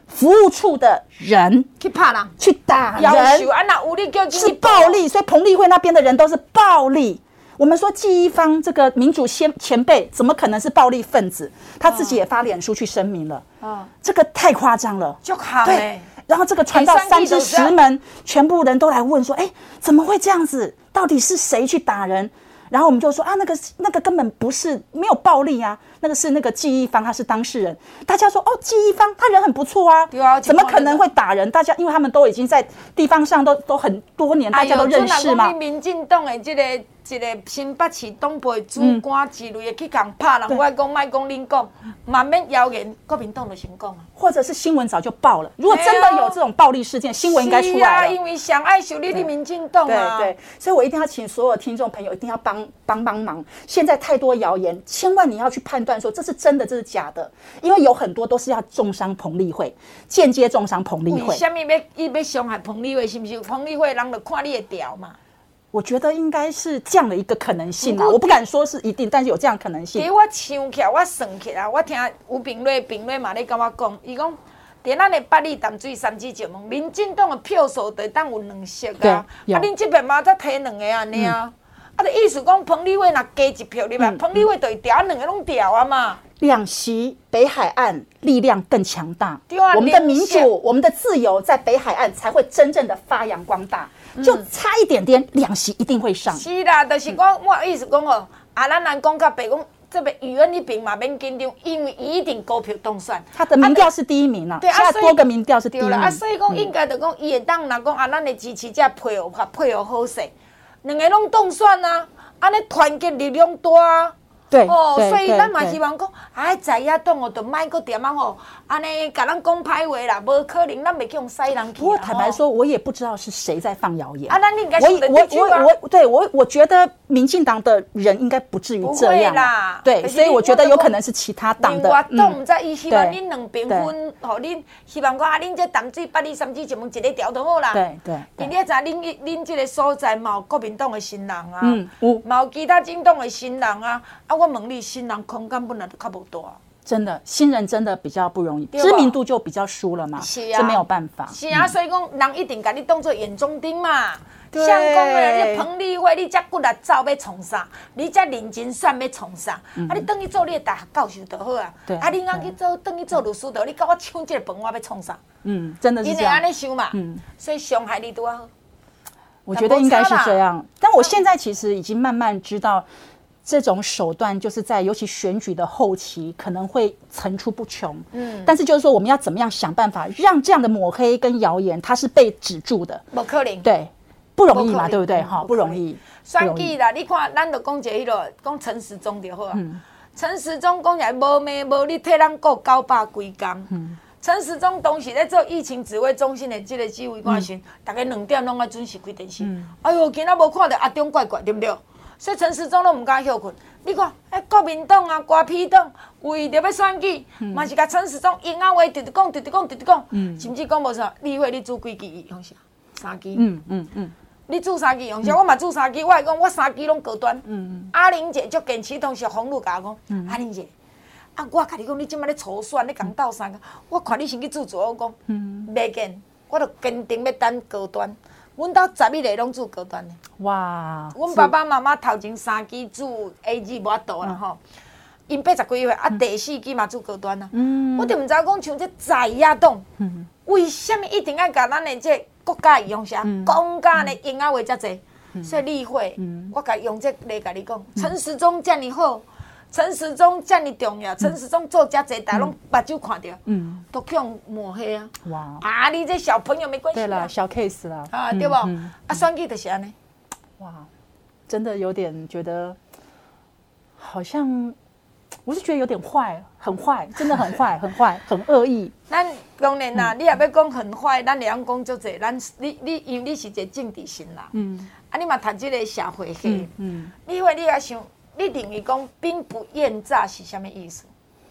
[SPEAKER 3] 服务处的人
[SPEAKER 2] 去拍人，
[SPEAKER 3] 去打
[SPEAKER 2] 要
[SPEAKER 3] 人
[SPEAKER 2] 求，哪有你叫
[SPEAKER 3] 是暴力，所以彭丽慧那边的人都是暴力。我们说纪一方这个民主前辈怎么可能是暴力分子？他自己也发脸书去声明了，这个太夸张了，
[SPEAKER 2] 就好
[SPEAKER 3] 对。然后这个传到3支10门，全部人都来问说：“哎，怎么会这样子？到底是谁去打人？”然后我们就说啊，那个根本不是没有暴力啊，那个是那个纪一方，他是当事人。大家说哦，纪一方他人很不错啊，怎么可能会打人？大家因为他们都已经在地方上都很多年，大家都认识嘛。
[SPEAKER 2] 民进党的这个新北市东北主管之类的去共拍人，我讲莫讲恁讲，慢慢谣言，国民党就先讲啊。
[SPEAKER 3] 或者是新闻早就报了，如果真的有这种暴力事件，新闻应该出来了。
[SPEAKER 2] 因为上爱修理的民进党啊。
[SPEAKER 3] 对，所以我一定要请所有听众朋友一定要帮忙。现在太多谣言，千万你要去判断说这是真的，这是假的，因为有很多都是要重伤彭丽慧，间接重伤彭丽慧。
[SPEAKER 2] 为什么要伤害彭丽慧？是不是彭丽慧人就看你的调嘛？
[SPEAKER 3] 我觉得应该是这样的一个可能性啊，我不敢说是一定，但是有这样的可能性。
[SPEAKER 2] 给我想起来，我算起来，我听有评论嘛咧跟我讲，伊讲在咱的八里淡水3支节目，民进党的票数就当有2席啊，恁这边嘛才摕2个安尼啊，就意思讲彭丽慧若加1票入来，彭丽慧就会调2个拢调啊嘛。
[SPEAKER 3] 2席北海岸力量更强大，
[SPEAKER 2] 我
[SPEAKER 3] 们的民主、我们的自由在北海岸才会真正的发扬光大。就差一点点，2席一定会上。
[SPEAKER 2] 是啦，就是我意思讲哦，咱人讲较白讲，这边余恩那边嘛免紧张，因为一定高票当选。
[SPEAKER 3] 他的民调是第1名啊，现在多个民调是第1名。
[SPEAKER 2] 啊，所以讲应该就讲，伊会当若讲咱的支持者配合好势，2个拢当选啊，安尼团结力量大啊。
[SPEAKER 3] 对，
[SPEAKER 2] 所以咱嘛希望讲，在野党哦，就莫搁点啊吼，安尼甲咱讲歹话啦，无可能，咱袂去用塞人去。
[SPEAKER 3] 不过坦白说，我也不知道是谁在放谣言。
[SPEAKER 2] 咱应该是
[SPEAKER 3] 我觉得民进党的人应该不至于这样啦。对，所以我觉得有可能是其他党的。
[SPEAKER 2] 我党唔知，伊希望恁2边分，吼恁希望讲恁这淡水8里3支节目一个调就好啦。
[SPEAKER 3] 对。
[SPEAKER 2] 你也知恁这个所在嘛有国民党的新人啊，嘛有其他政党的新人啊。我问你，新人空间本来就较无大，
[SPEAKER 3] 真的，新人真的比较不容易，知名度就比较输了嘛，
[SPEAKER 2] 是啊，
[SPEAKER 3] 这没有办法。
[SPEAKER 2] 是啊，所以讲人一定把你当作眼中钉嘛。像讲的，你彭丽慧，你这骨力走要创啥？你这认真选要创啥？你等于做你的大学教授就好啊。啊，你安去做，等于做律师就，你跟我抢这个饭碗要创啥？
[SPEAKER 3] 真的是这样。因为
[SPEAKER 2] 安尼想嘛，所以伤害你多好。
[SPEAKER 3] 我觉得应该是这样，但我现在其实已经慢慢知道。这种手段就是在尤其选举的后期可能会层出不穷，但是就是说我们要怎么样想办法让这样的抹黑跟谣言它是被止住的，
[SPEAKER 2] 不可能，
[SPEAKER 3] 对，不容易嘛，对不对？哈，不容易。
[SPEAKER 2] 选举啦，你看，咱就讲一个迄落，讲陈时中就好啊。陈时中讲起来无命无你替咱过900几工。陈时中当时在做疫情指挥中心的这个指挥官时，大概2点拢要准时开电视。哎呦，今仔无看到阿中怪怪，对不对？所以陈时中都唔敢休困。你看，国民党啊、瓜皮党为着要选举，嘛是甲陈时中用啊话直直讲，甚至讲无啥，你以为你煮几支用啥？3支。你煮3支用啥？我嘛煮3支，我会讲我3支拢高端。阿玲姐就坚持，同时洪路甲我讲，阿玲姐，我甲你讲，你即摆咧初选，你共斗3个，我看你先去煮我讲，袂见，我就坚定要等高端。阮兜11个拢煮高端的。
[SPEAKER 3] 哇！
[SPEAKER 2] 阮爸爸妈妈头前3支煮 A 字无法度啦吼，因80几岁，第4支嘛煮高端啦。我就毋知讲像这在野党，为什么一定要甲咱的这国家用啥公家的用啊话遮济？所以例会，我甲用这来甲你讲，陈时中遮尔好。陈时中遮尔重要，陈时中做遮济，大家拢目睭看到，都去用抹黑啊！哇！你这小朋友没关系啦，
[SPEAKER 3] 对啦，小 case 啦，
[SPEAKER 2] 对不？选举就是安尼。
[SPEAKER 3] 哇，真的有点觉得，好像我是觉得有点坏，很坏，真的很坏，很坏，很恶意。
[SPEAKER 2] 咱当然啦，你也要讲很坏，咱会晓讲足济。咱你因为你是一个政治人啦，你嘛读这个社会系，你会你也想。你认为讲兵不厌诈是什么意思？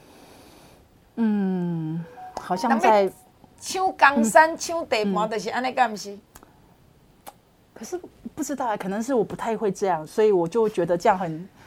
[SPEAKER 3] 好像在
[SPEAKER 2] 抢江山、抢地盘，就是安尼，敢不是？
[SPEAKER 3] 可是不知道，可能是我不太会这样，所以我就觉得这样很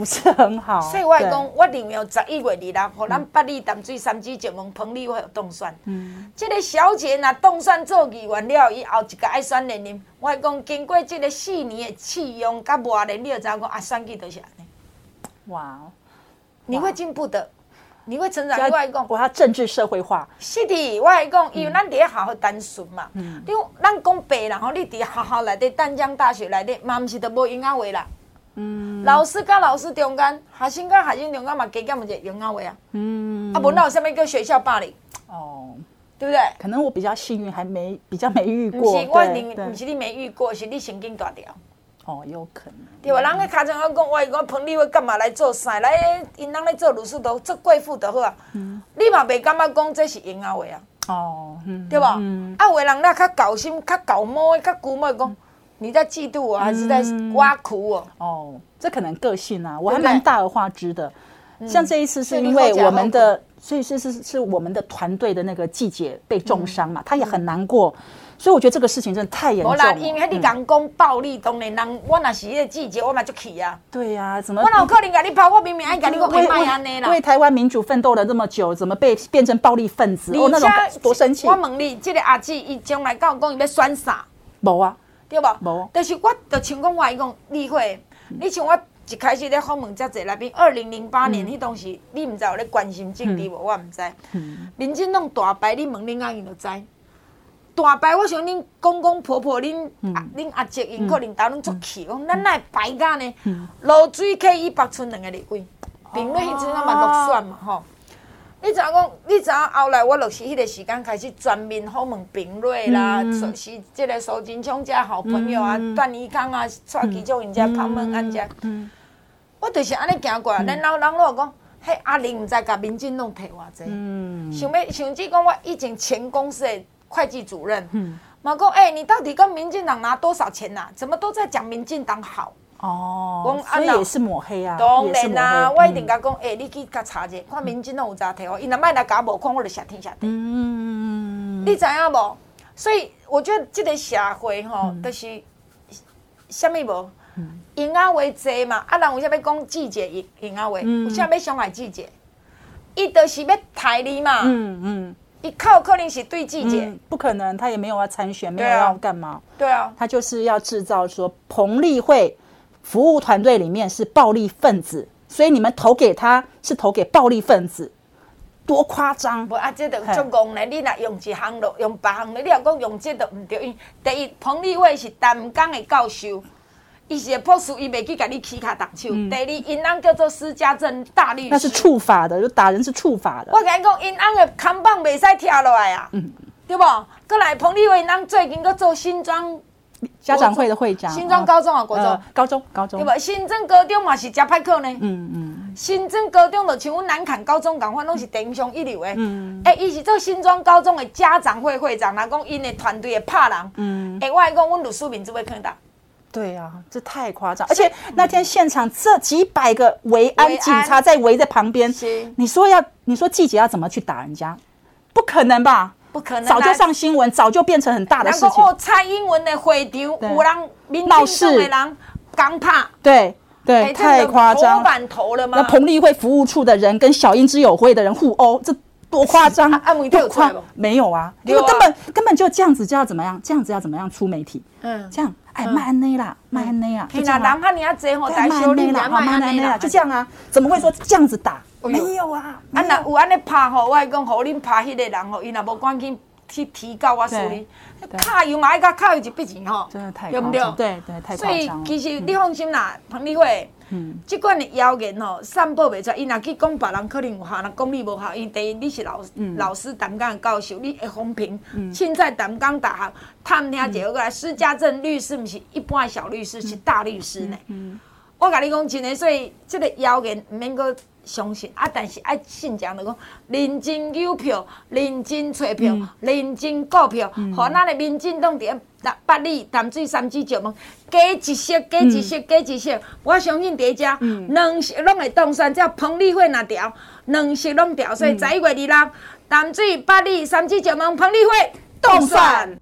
[SPEAKER 3] 不是很好。
[SPEAKER 2] 所以我讲，我认为11月26，互咱八里淡水三支石门彭丽慧有当选。这个小姐若当选做议员了，以后一个爱选连任。我讲，经过这个4年的试用甲磨练，你就知道讲选举就是安尼。
[SPEAKER 3] 哇，
[SPEAKER 2] 你会进步的。你会成长，我来讲，
[SPEAKER 3] 我要政治社会化。
[SPEAKER 2] 是的，我来讲，因为咱伫咧学校单纯嘛。你咱讲白人吼，你伫学校内底，淡江大学内底，嘛毋是都无英仔话啦。老师甲老师中间，学生甲学生中间嘛，加减一个英仔话啊。啊，无那有啥物叫学校霸凌？哦，对不对？
[SPEAKER 3] 可能我比较幸运，比较没遇过。
[SPEAKER 2] 不是，不是你没遇过，是你神经大条。
[SPEAKER 3] 哦，有可能。
[SPEAKER 2] 对吧？人咧卡上我讲，我彭丽慧干嘛来做啥？来，因人咧做律师都做贵妇就好啊。你嘛袂感觉讲这是英仔话啊？哦，对吧？啊，有的人咧较搞心、较搞摸、较古摸讲，你在嫉妒我，还是在挖苦我？
[SPEAKER 3] 哦，这可能个性啊，我还蛮大而化之的。像这一次是因为我们的，所以是我们的团队的那个季姐被重伤嘛，她也很难过。所以我觉得这个事情真的太严重了。无啦，
[SPEAKER 2] 因为你人讲暴力，当然人我若是迄个季节，我嘛就气啊。
[SPEAKER 3] 对呀，怎么？
[SPEAKER 2] 我哪有可能甲你跑？我明明爱甲你讲，别卖安尼啦。
[SPEAKER 3] 为台湾民主奋斗了这么久，怎么变成暴力分子？哦，那种多生气！
[SPEAKER 2] 我问你，这个阿姊伊将来讲伊要选啥？
[SPEAKER 3] 无啊，
[SPEAKER 2] 对无？
[SPEAKER 3] 无。
[SPEAKER 2] 但是我就像讲我讲，例会，你像我一开始咧访问遮济来宾，2008年迄当时，你毋知有咧关心政治无？我毋知。民进党大败，你问恁阿因就知。大败，我想恁公公婆婆、恁阿叔因可能打拢足气，讲咱哪会败甲呢？罗水溪以北村2个立委，评论迄阵啊嘛落选嘛吼。你知影讲？你知影后来我就是迄个时间开始全面访问评论啦，是即个苏金昌遮好朋友啊，段宜康啊，蔡其忠因遮旁门安遮。我就是安尼行过来，然后人拢讲，迄阿玲毋知甲民进党摕偌济，想起讲我以前前公司的会计主任，嘛讲，你到底跟民进党拿多少钱呐？怎么都在讲民进党好？
[SPEAKER 3] 哦，所以也是抹黑啊。
[SPEAKER 2] 当然啦，我一定甲讲，你去甲查者，看民进党有咋摕我，伊若莫来甲我无看，我就谢天谢地。你知影无？所以我觉得这个社会吼，就是啥物无？英仔话济嘛，人为啥要讲季节英仔话？为啥要伤害季节？伊就是要害你嘛。伊靠可能是对季节，
[SPEAKER 3] 不可能，他也没有要参选，没有要干嘛。
[SPEAKER 2] 对啊，
[SPEAKER 3] 他就是要制造说彭丽慧服务团队里面是暴力分子，所以你们投给他是投给暴力分子，多夸张！
[SPEAKER 2] 无啊，这就足戆咧。你若用一项咯，用别项咧，你若讲用这就唔对。因第一，彭丽慧是淡江的教授。伊是会朴素，伊袂去甲你起骹动手。第二，因翁叫做施家正大律师，
[SPEAKER 3] 那是处罚的，就打人是处罚的。
[SPEAKER 2] 我甲你讲，因翁的扛棒袂使拆落来啊，对不？过来彭丽慧因翁最近搁做新庄
[SPEAKER 3] 家长会的会长，
[SPEAKER 2] 新庄高中啊，国中，
[SPEAKER 3] 高中，
[SPEAKER 2] 对不？新庄高中嘛是真歹考呢。新庄高中就像阮南崁高中共款，拢是顶上一流的。伊是做新庄高中的家长会会长，若讲因的团队会拍人，我来讲，阮律师面子会看到。
[SPEAKER 3] 对啊，这太夸张！而且那天现场这几百个维安警察在围在旁边，你说季姐要怎么去打人家？不可能吧？
[SPEAKER 2] 不可能，
[SPEAKER 3] 早就上新闻，早就变成很大的事情。
[SPEAKER 2] 蔡英文的会场有人民进党的人刚拍，
[SPEAKER 3] 对，太夸张，
[SPEAKER 2] 头版头了吗？
[SPEAKER 3] 那彭丽慧服务处的人跟小英之友会的人互殴，这多夸张！
[SPEAKER 2] 多夸张？
[SPEAKER 3] 没有啊，因为根本就这样子就要怎么样？这样子要怎么样出媒体？这样。卖安内啦，卖安内啦，
[SPEAKER 2] 就这样啦。人哈尼啊济吼，大小你啦，卖安内啦，
[SPEAKER 3] 就这样啊。怎么会说这样子打？没有啊。
[SPEAKER 2] 若有安尼拍吼，我讲，互恁拍迄个人吼，伊若无赶紧去提告我处理，卡油嘛爱甲卡油一笔钱吼，
[SPEAKER 3] 真的太
[SPEAKER 2] 对不对？
[SPEAKER 3] 对，太夸张。
[SPEAKER 2] 所以其实你放心啦，彭丽慧。即款的谣言吼，散播袂出，伊若去讲别人可能有效，若讲你无效，因第一你是老师淡江的教授，你会风评。凊彩淡江大学探听一个施家正律师，毋是一般的小律师，是大律师呢。我甲你讲真的，所以这个谣言毋免阁相信啊，但是爱信讲就讲认真邮票、认真找票、认真购票，互咱的民进党伫八里淡水三支石门加一色，我相信第一遮两色拢会当选，只要彭丽慧若调，两色拢调，所以11月26，淡水八里三支石门彭丽慧当选。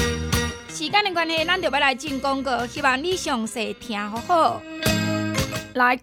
[SPEAKER 5] 时间的关系，咱就要来进广告，希望你详细听好好。
[SPEAKER 2] 来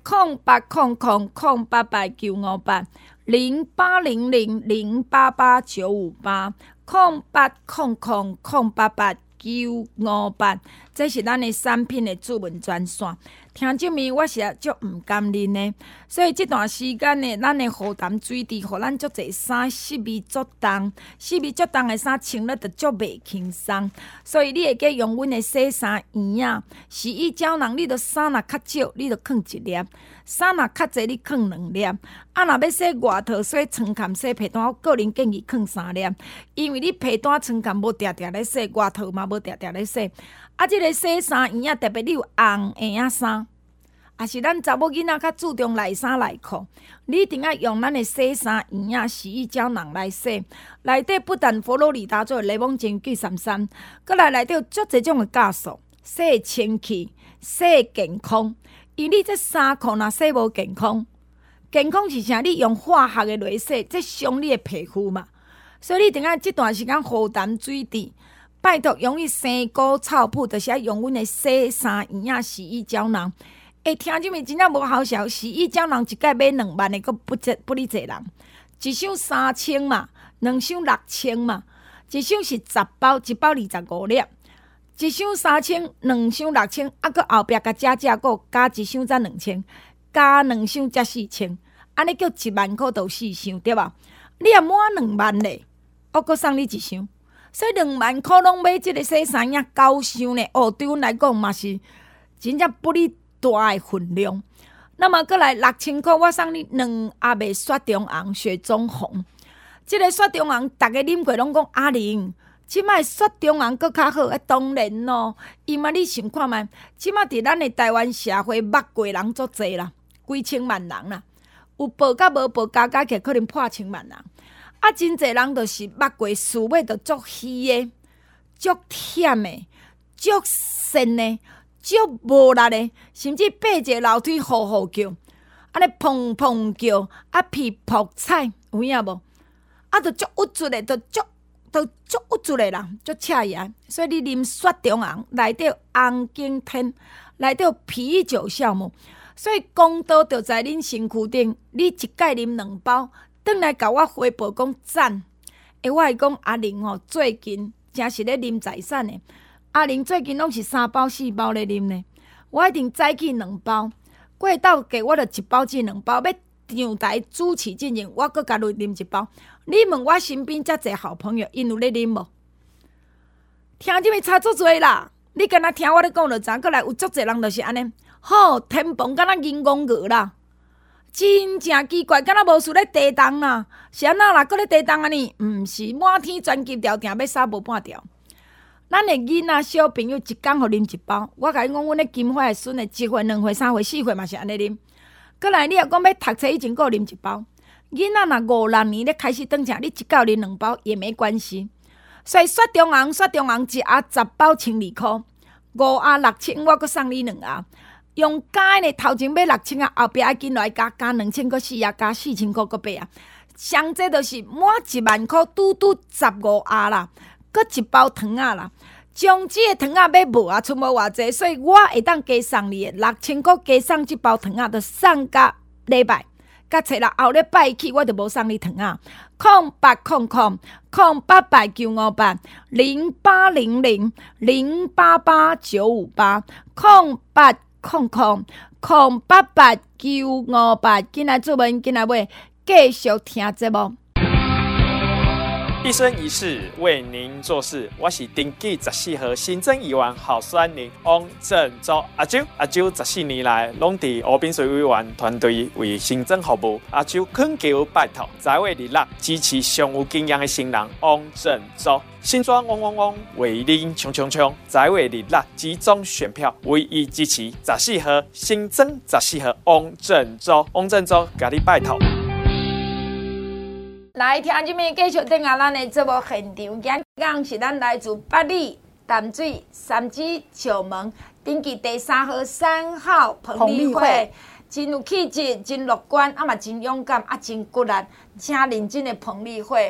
[SPEAKER 2] 0800-088-958，0800-088-958，这是咱的产品的主文专线。听众们，我是足毋甘认的，所以这段时间呢，咱的荷塘水池，互咱足侪衫湿味足重，湿味足重的衫穿了就足袂轻松。所以你会记用阮的洗衫圆啊，洗衣胶囊，你着衫若较少，你着放一粒；衫若较侪，你放2粒。啊，若要洗外套、洗床垫、洗被单，我个人建议放3粒，因为你被单、床垫无定定咧洗，外套嘛无定定咧洗。啊，即个洗衫圆啊，特别你有红鞋仔衫，也是咱查某囡仔较注重内衫内裤，你一定要用咱的洗衫圆啊、洗衣胶囊来洗。内底不但佛罗里达做柠檬精聚33，搁来内底有足侪种的酵素，洗清气、洗健康。因为你这衫裤若洗无健康，健康是啥？你用化学的来洗，这伤你的皮肤嘛。所以你一定要这段时间荷塘水池。拜托，用伊生果草谱，就是要用阮的洗衫圆啊、洗衣胶囊。听众们真正无好笑，洗衣胶囊一盖买2万的，佫不哩侪人。一箱3000嘛，2箱6000嘛，一箱是10包，一包25粒。一箱3000，2箱6000，啊，佫后壁甲加加一箱才2000，加2箱才4000，安尼叫1万块到4箱，对吧？你也满2万嘞，我佫送你一箱。所以2万块拢买即个洗衫液9箱呢，对阮来讲嘛是真正不哩大的分量。那么过来6000块，我送你2盒的雪中红、雪中红。即个雪中红，逐个啉过拢讲阿玲，即摆雪中红佫较好。当然咯，因为你想看觅，即摆伫咱的台湾社会，捌过人足侪啦，几千万人啦，有报甲无报加起可能破千万人。啊，真侪人就是捌过事尾，就足虚的、足忝的、足神的、足无力的，甚至爬一个楼梯呼呼叫，安尼砰砰叫，啊皮扑彩，有影无？啊，就足郁卒的，就足郁卒的啦，足赤牙。所以你啉雪中红，内底红景天，内底啤酒酵母，所以公道就在恁身躯顶，你一盖啉2包。转来甲我回报讲赞，我会讲阿玲最近真是咧啉财产的。阿玲最近拢是3包4包咧啉呢，我一定早起2包，过倒给我就1包至2包，要上台主持进前，我搁甲你啉1包。你问我身边遮侪好朋友，因有咧啉无？听这边差足多啦！你敢若听我咧讲就知，过来有足侪人就是安尼，天崩敢若银光鹅啦。真正奇怪，敢若无事咧地动啦，是安那啦？搁咧地动安尼？毋是，满天全金条定要杀无半条。咱的囡仔小朋友一工互啉1包，我甲你讲，阮咧金花的孙的1岁、2岁、3岁、4岁嘛是安尼啉。过来，你若讲要读册以前，搁啉1包。囡仔若5、6年咧开始长大，你一到啉2包也没关系。所以雪中红1盒10包12块，5盒6000，我搁送你2盒。用加呢，头前买6000啊，后壁要紧来加2000个4啊，加4000个8啊，上这就是满1万块，拄15盒啦，搁1包糖啊啦。将这个糖啊要无啊，出无偌济，所以我会当加送你的6000个，加送1包糖啊，就送到礼拜。甲找啦，后礼拜起我就无送你糖啊。0800-088-958，0800-088-958，进来做文，进来买，继续听节目。
[SPEAKER 5] 一生一世为您做事，我是登记14号新增议员候选人汪正洲阿周14年来拢伫湖滨水委员团队为行政服务。阿周恳求拜托在位立乐支持上有经验的新人汪正洲，新庄汪为您冲，在位立乐集中选票，唯一支持14号新增14号汪正洲，甲你拜托。
[SPEAKER 2] 来，听这边继续等下咱的节目现场，今天是咱来自北里淡水三芝石门登记第3号3号彭丽慧，真有气质，真乐观，嘛真勇敢，真骨力，真认真的彭丽慧。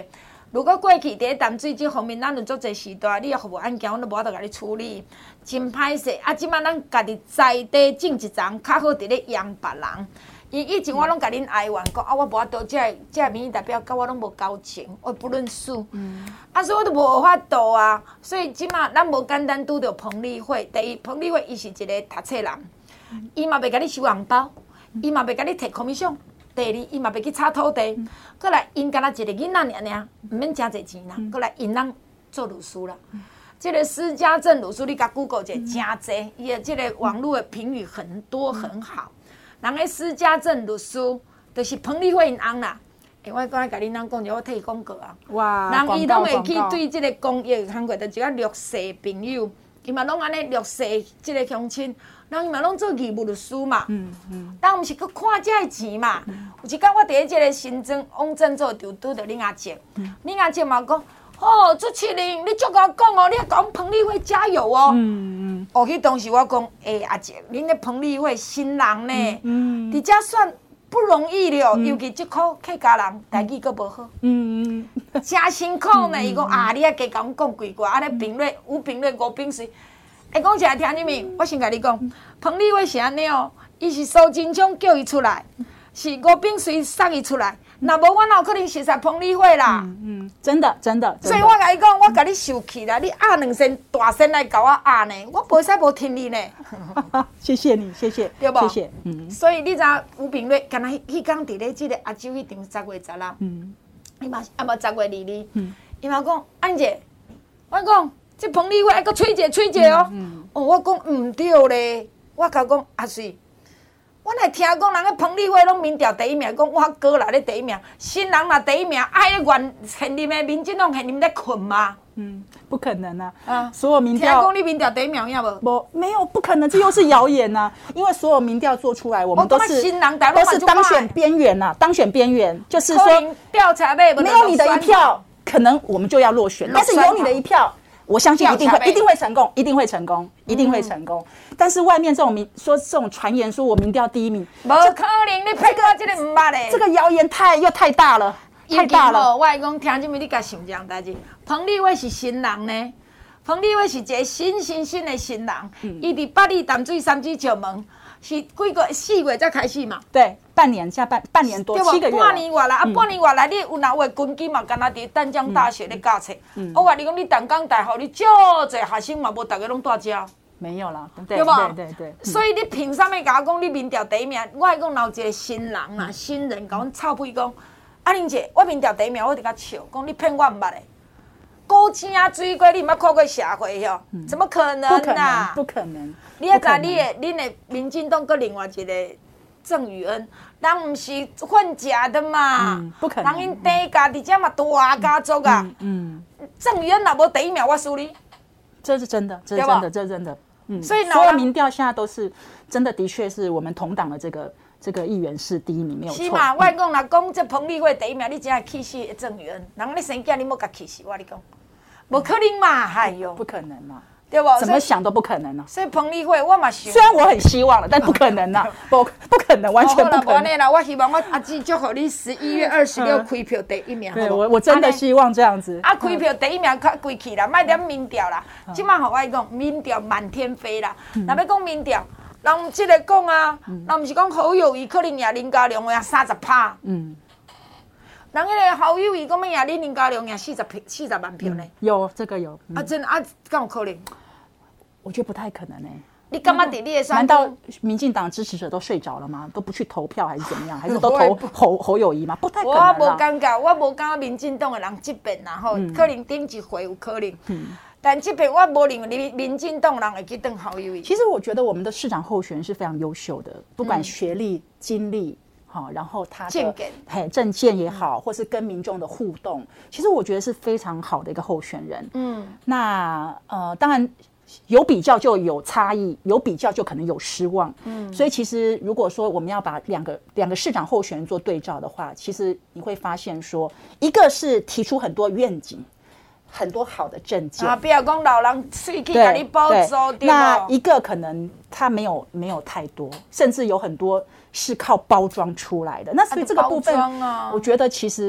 [SPEAKER 2] 如果过去伫淡水这方面，咱有足侪时代，你的服务案件，我都无法度甲你处理，真歹势。啊，即摆咱家己在地种一丛，较好伫咧养别人。以前我拢甲恁哀怨讲，我无法度，这民意代表甲我拢无交情，我不认输。所以我都无法度啊。所以即摆咱无简单拄着彭丽慧。第一，彭丽慧伊是一个读册人，伊嘛袂甲你收红包，伊嘛袂甲你摕 commission。第二，伊嘛袂去炒土地，过来因敢若一个囡仔尔，毋免真侪钱啦。过来因咱做律师啦。这个施家正律师，你甲 Google 者真侪，伊的这个网络的评语很多很好。人个施家正律师，就是彭丽慧因翁啦。我刚才甲恁翁讲者，我替伊广告啊。
[SPEAKER 3] 哇！
[SPEAKER 2] 人伊拢会去对这个公益的工作，就是讲弱势朋友，伊嘛拢安尼弱势这个乡亲。人伊嘛拢做义务律师嘛，咱毋是去看这个钱嘛。有一天我伫即个新庄往镇做就拄着恁阿姐，恁阿姐嘛讲，朱启麟，你足甲我讲哦，你讲彭丽慧加油哦。迄当时我讲，阿姐，恁咧彭丽慧新人呢，伫遮算不容易了，尤其即科客家人台语阁无好，真辛苦呢。伊讲你啊加甲阮讲几句，安尼评论有评论5评水。讲起来听入面，我先甲你讲，彭丽慧是安尼哦，伊是苏金昌叫伊出来，是吴炳水送伊出来，若无我哪有可能熟悉彭丽慧啦？
[SPEAKER 3] 真的。
[SPEAKER 2] 所以我甲你讲，我甲你受气啦，你压2声大声来甲我压呢，我袂使无听你呢。
[SPEAKER 3] 谢谢你，谢谢，
[SPEAKER 2] 对无？
[SPEAKER 3] 谢谢。
[SPEAKER 2] 所以你知吴炳瑞，敢若迄天伫咧即个阿舅迄场10月10日，伊嘛无10月2日，伊嘛讲安姐，我讲。这彭丽慧还阁吹者哦，我讲毋对咧，我甲讲阿水，我来听讲人个彭丽慧拢民调第一名，讲我哥啦咧第一名，新人啦第一名，原现任的民进党现任咧困吗？
[SPEAKER 3] 不可能啊！所有民调，
[SPEAKER 2] 听讲你民调第一名有无？
[SPEAKER 3] 没有，不可能，这又是谣言呐！因为所有民调做出来，我们都是
[SPEAKER 2] 新人，都
[SPEAKER 3] 是当选边缘呐，当选边缘，就是说
[SPEAKER 2] 调查没
[SPEAKER 3] 有你的一票，可能我们就要落选，但是有你的一票。我相信一定会成功，一定会成功。但是外面这种传言说我民调第一名，
[SPEAKER 2] 无可能，你配个这个唔捌嘞。
[SPEAKER 3] 这个谣言太大了，太大了。
[SPEAKER 2] 我讲听进去，你甲想一样代志。彭丽慧是新人呢，彭丽慧是一个新的新人，伊伫八里淡水三支石门。是几个4月才开始嘛？
[SPEAKER 3] 对，半年多7个月。
[SPEAKER 2] 半年外来半年外来，你有哪位军机嘛？敢若伫淡江大学咧教册。我甲你讲，你淡江大学，你足侪学生嘛，无大家拢住遮。
[SPEAKER 3] 没有啦，
[SPEAKER 2] 对无？
[SPEAKER 3] 对。
[SPEAKER 2] 所以你凭啥物甲我讲你民调第一名？我讲有一个新人啦，新人甲阮臭屁讲，玲姐，我民调第一名，我伫甲笑，讲你骗我毋捌嘞。高青啊，水过你毋捌看过社会哟？怎么可能啊？
[SPEAKER 3] 不可能。
[SPEAKER 2] 你也知恁的民进党搁另外一个郑宇恩，人毋是混假的嘛？
[SPEAKER 3] 不可能。
[SPEAKER 2] 人因第一家伫遮嘛大家族啊。郑宇恩若无第一名，我输你。
[SPEAKER 3] 这是真的。所以所有民调现在都是真的，的确是我们同党的这个议员是第一名，没有错。
[SPEAKER 2] 是嘛？我讲若讲这彭丽慧第一名，你真系气死郑宇恩。人咧生囝，你莫甲气死我，你讲，无可能嘛？哎哟，
[SPEAKER 3] 不可能嘛？
[SPEAKER 2] 对不？
[SPEAKER 3] 怎么想都不可能啊！
[SPEAKER 2] 所以彭丽慧，我嘛想，
[SPEAKER 3] 虽然我很希望了，但不可能啊，不可能，完全不可能。
[SPEAKER 2] 啦，我希望我阿姊祝福你11月26开票第一名。
[SPEAKER 3] 对，我真的希望这样子。
[SPEAKER 2] 开票第一名较贵气啦，莫点民调啦。即摆互我讲，民调满天飞啦。若要讲民调，人毋即个讲啊，人毋是讲侯友宜可能赢林佳龙赢30%。人迄个侯友宜讲要赢林佳龙赢40万票呢？
[SPEAKER 3] 有这个有。
[SPEAKER 2] 真敢有可能？
[SPEAKER 3] 我觉得不太可能
[SPEAKER 2] 你干嘛伫你的？
[SPEAKER 3] 难道民进党支持者都睡着了吗？都不去投票还是怎么样？还是都投侯友宜吗？不太可能啦。
[SPEAKER 2] 我无感觉，我无感觉民进党的人这边啦吼，可能顶一回有可能。但这边我无认为民进党人会去当侯友宜。
[SPEAKER 3] 其实我觉得我们的市长候选人是非常优秀的，不管学历、经历。然后他的政见也好，或是跟民众的互动，其实我觉得是非常好的一个候选人。那当然有比较就有差异，有比较就可能有失望。所以其实如果说我们要把两个市长候选人做对照的话，其实你会发现说，一个是提出很多愿景。很多好的政见
[SPEAKER 2] 不要讲老人喙去给你包走。
[SPEAKER 3] 那一个可能他没有太多，甚至有很多是靠包装出来的。那所以这个部分，我觉得其实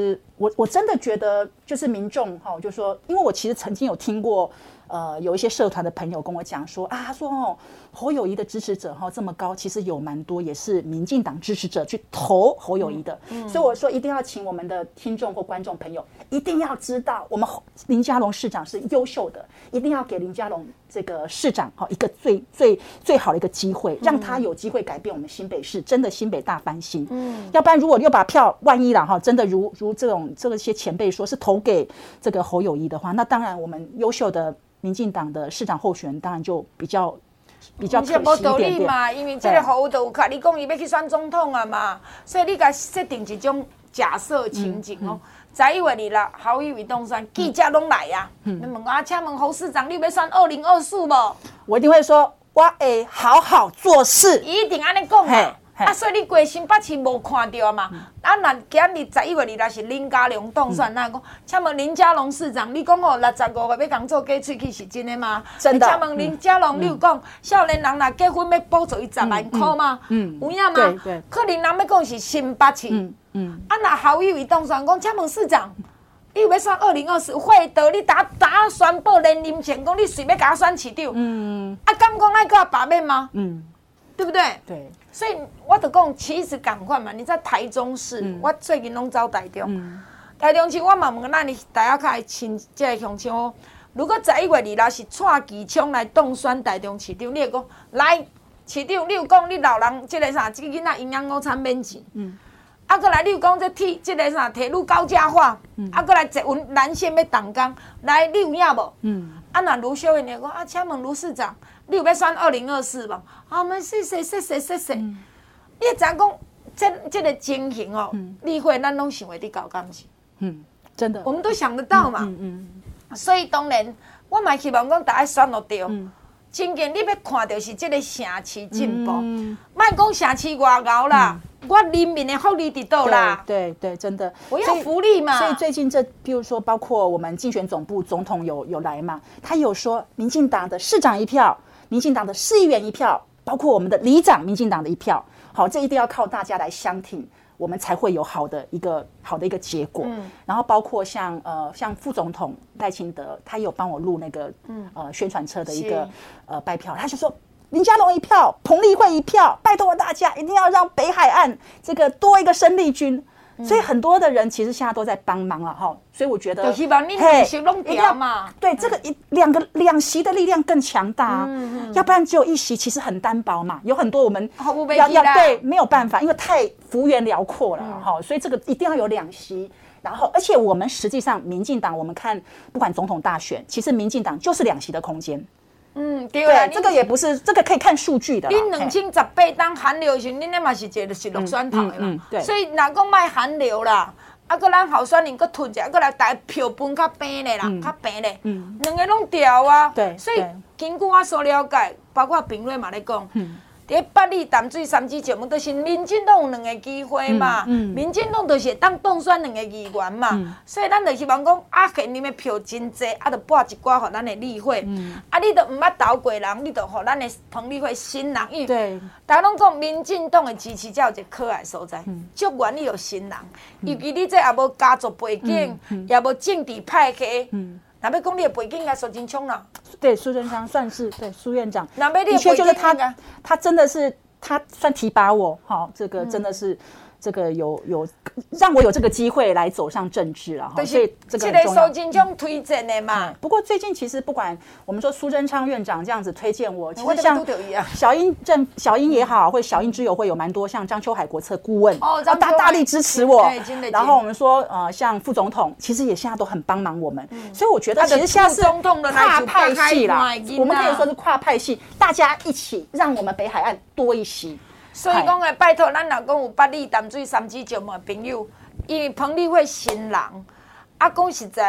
[SPEAKER 3] 我真的觉得就是民众就说，因为我其实曾经有听过。有一些社团的朋友跟我讲说他说侯友宜的支持者这么高，其实有蛮多也是民进党支持者去投侯友宜的，所以我说一定要请我们的听众或观众朋友一定要知道，我们林佳龙市长是优秀的，一定要给林佳龙这个市长一个最好的一个机会，让他有机会改变我们新北市，真的新北大翻新。要不然如果又把票万一啦真的如这些前辈说是投给这个侯友宜的话，那当然我们优秀的民进党的市长候选人当然就比较可惜一点点。
[SPEAKER 2] 无道理嘛，因为这个侯就有甲你讲伊要去选总统啊嘛，所以你甲设定一种假设情景11月2日侯友宜当选，记者拢来啊。你问我，请问侯市长，你要选2024无？
[SPEAKER 3] 我一定会说，我会好好做事。
[SPEAKER 2] 一定安尼讲嘛。所以你过新北市无看到嘛？若今日11月2日是林佳龙当选，那讲，请问林佳龙市长，你讲65岁要工作加喙齿是真的吗？
[SPEAKER 3] 真的。
[SPEAKER 2] 请问林佳龙，你有讲少年人若结婚要补助伊10万块吗？有影吗？
[SPEAKER 3] 对。
[SPEAKER 2] 可能人要讲是新北市。若侯友宜当选，讲，请问市长，你有要选2024？会得你打宣布连任前讲，你随要甲我选市长？敢讲爱甲罢免吗？对不对？
[SPEAKER 3] 对。
[SPEAKER 2] 所以我就讲，其实赶快嘛，你在台中市，我最近拢走台中，台中市我嘛问咱大家较亲这个乡亲，如果11月2日是蔡其昌来当选台中市长，你会讲来市长，你有讲你老人这个啥，这个囡仔营养午餐免钱，过来你有讲这个啥铁路高架化，过来捷运蓝线要动工，来你有影无？若卢秀燕就讲请问卢市长。你有要选2024吗？我们谢谢。你知影讲这个情形例会咱拢想会得到，敢是？
[SPEAKER 3] 真的，
[SPEAKER 2] 我们都想得到嘛。所以当然，我嘛希望讲大家选落对。真正你要看到是这个城市进步，莫讲城市外敖啦，我人民的福利伫倒啦。
[SPEAKER 3] 对，真的，
[SPEAKER 2] 我要福利嘛。
[SPEAKER 3] 所以最近比如说，包括我们竞选总部总统有来嘛，他有说民进党的市长一票。民进党的市议员一票，包括我们的里长，民进党的一票，好，这一定要靠大家来相挺，我们才会有好的一个结果。然后包括像副总统赖清德，他有帮我录那个宣传车的一个拜票，他就说林佳龙一票，彭丽慧一票，拜托大家一定要让北海岸这个多一个生力军。所以很多的人其实现在都在帮忙了所以我觉得
[SPEAKER 2] 就希望你两席弄掉嘛。
[SPEAKER 3] 对，这个两席的力量更强大要不然只有一席其实很单薄嘛，有很多我们对没有办法，因为太幅员辽阔了所以这个一定要有2席。然后而且我们实际上民进党，我们看不管总统大选，其实民进党就是2席的空间。
[SPEAKER 2] 对啦，
[SPEAKER 3] 这个也不是，这个可以看数据的。
[SPEAKER 2] 你2018当寒流时，恁那嘛是一个是落选头的嘛，所以若讲卖寒流啦，搁咱候选人搁囤一下，搁来大票分较平的啦，较平的，两个拢调啊。
[SPEAKER 3] 对，
[SPEAKER 2] 所以根据我所了解，包括评论嘛咧讲。伫北里淡水三支节目都是民进党有2个机会嘛，民进党就是当选2个议员嘛，所以咱就希望讲现任的票真济，就拨一寡互咱的立会，你都毋捌投过人，你就互咱的彭丽慧新人，因为大家拢讲民进党的支持者有一个可爱所在，足愿意有新人，尤其你这也无家族背景，也无政治派系。那要讲你的背景应该苏贞昌啦，
[SPEAKER 3] 对，苏贞昌算是对苏院长，
[SPEAKER 2] 那要你
[SPEAKER 3] 的确就是他真的是他算提拔我，这个真的是这个有让我有这个机会来走上政治了，所以这个很重要。
[SPEAKER 2] 这个苏贞昌推荐的嘛。
[SPEAKER 3] 不过最近其实不管我们说苏贞昌院长这样子推荐我，其实像小英也好，或者小英之友会有蛮多像张秋海国策顾问大力支持我，然后我们说像副总统其实也现在都很帮忙我们，所以我觉得其实现在是跨派系啦，我们可以说是跨派系，大家一起让我们北海岸多一席。
[SPEAKER 2] 所以讲诶，拜托咱若讲有北里淡水三支节目的朋友，因为彭丽慧新人，讲实在，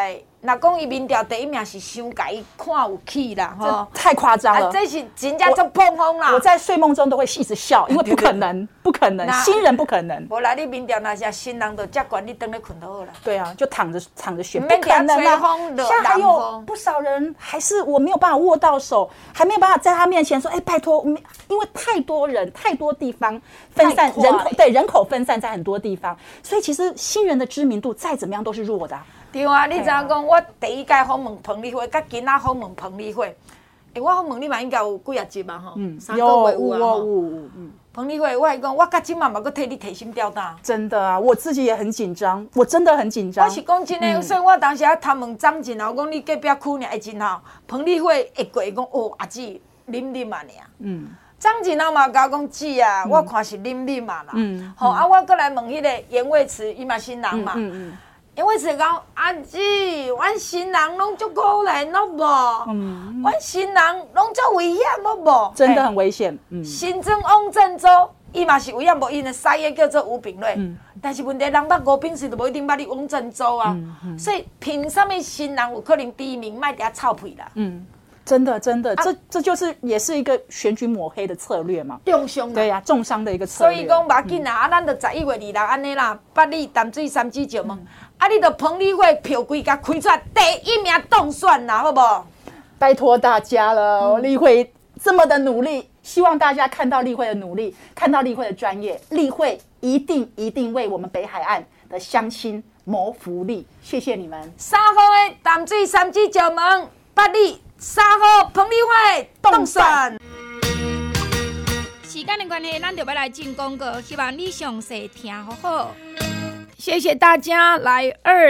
[SPEAKER 2] 若讲伊民调第一名是伤甲伊看有起啦，
[SPEAKER 3] 这太夸张了。
[SPEAKER 2] 这是真正足碰风啦。
[SPEAKER 3] 我在睡梦中都会一直笑，因为不可能，不可能，新人不可能。
[SPEAKER 2] 无啦，你民调那些新人就遮悬，你等咧困就好啦。
[SPEAKER 3] 对啊，就躺着选，
[SPEAKER 2] 不可能啊！
[SPEAKER 3] 现在还有不少人还是我没有办法握到手，还没有办法在他面前说，拜托，因为太多人、太多地方分散人口分散在很多地方，所以其实新人的知名度再怎么样都是弱的。
[SPEAKER 2] 对啊，你知影讲我第一届访问彭丽慧，甲今仔访问彭丽慧，我访问你嘛应该有几啊集嘛吼，3个月有啊吼。彭丽慧，我来讲，我甲今嘛嘛搁替你提心吊胆。真
[SPEAKER 3] 的啊，我自己也很紧张，我真的很紧张。
[SPEAKER 2] 我是讲真的，所以我当时啊探问张静啊，我讲你隔壁区呢会真好。彭丽慧会过讲阿姊啉啊尔。张静啊嘛甲我讲姊啊，我看是啉啊啦。我搁来问迄个严卫慈，伊嘛新人嘛。因为是讲阿姊，阮新人拢足可怜，好无？阮新人拢足危险，好无？
[SPEAKER 3] 真的很危险。
[SPEAKER 2] 新庄汪振洲，伊嘛是危险无？因的师爷叫做吴炳瑞，但是问题人捌吴炳瑞，就无一定捌你汪振洲啊。所以凭什么新人有可能第一名，卖嗲臭屁啦？
[SPEAKER 3] 真的，这就是也是一个选举抹黑的策略嘛，
[SPEAKER 2] 重伤
[SPEAKER 3] 对呀，重伤的一个策略。
[SPEAKER 2] 所以讲，无紧啦，咱就11月2日安尼啦，8里淡水3支石门，你就彭丽慧票规甲开出来，第一名当选啦，好不？
[SPEAKER 3] 拜托大家了，丽慧这么的努力，希望大家看到丽慧的努力，看到丽慧的专业，丽慧一定为我们北海岸的乡亲谋福利，谢谢你们。
[SPEAKER 2] 3号的淡水3支石门，8里。3号彭丽慧当选。
[SPEAKER 6] 时间的关系，咱就要来进广告，希望你详细听好好。
[SPEAKER 2] 谢谢大家来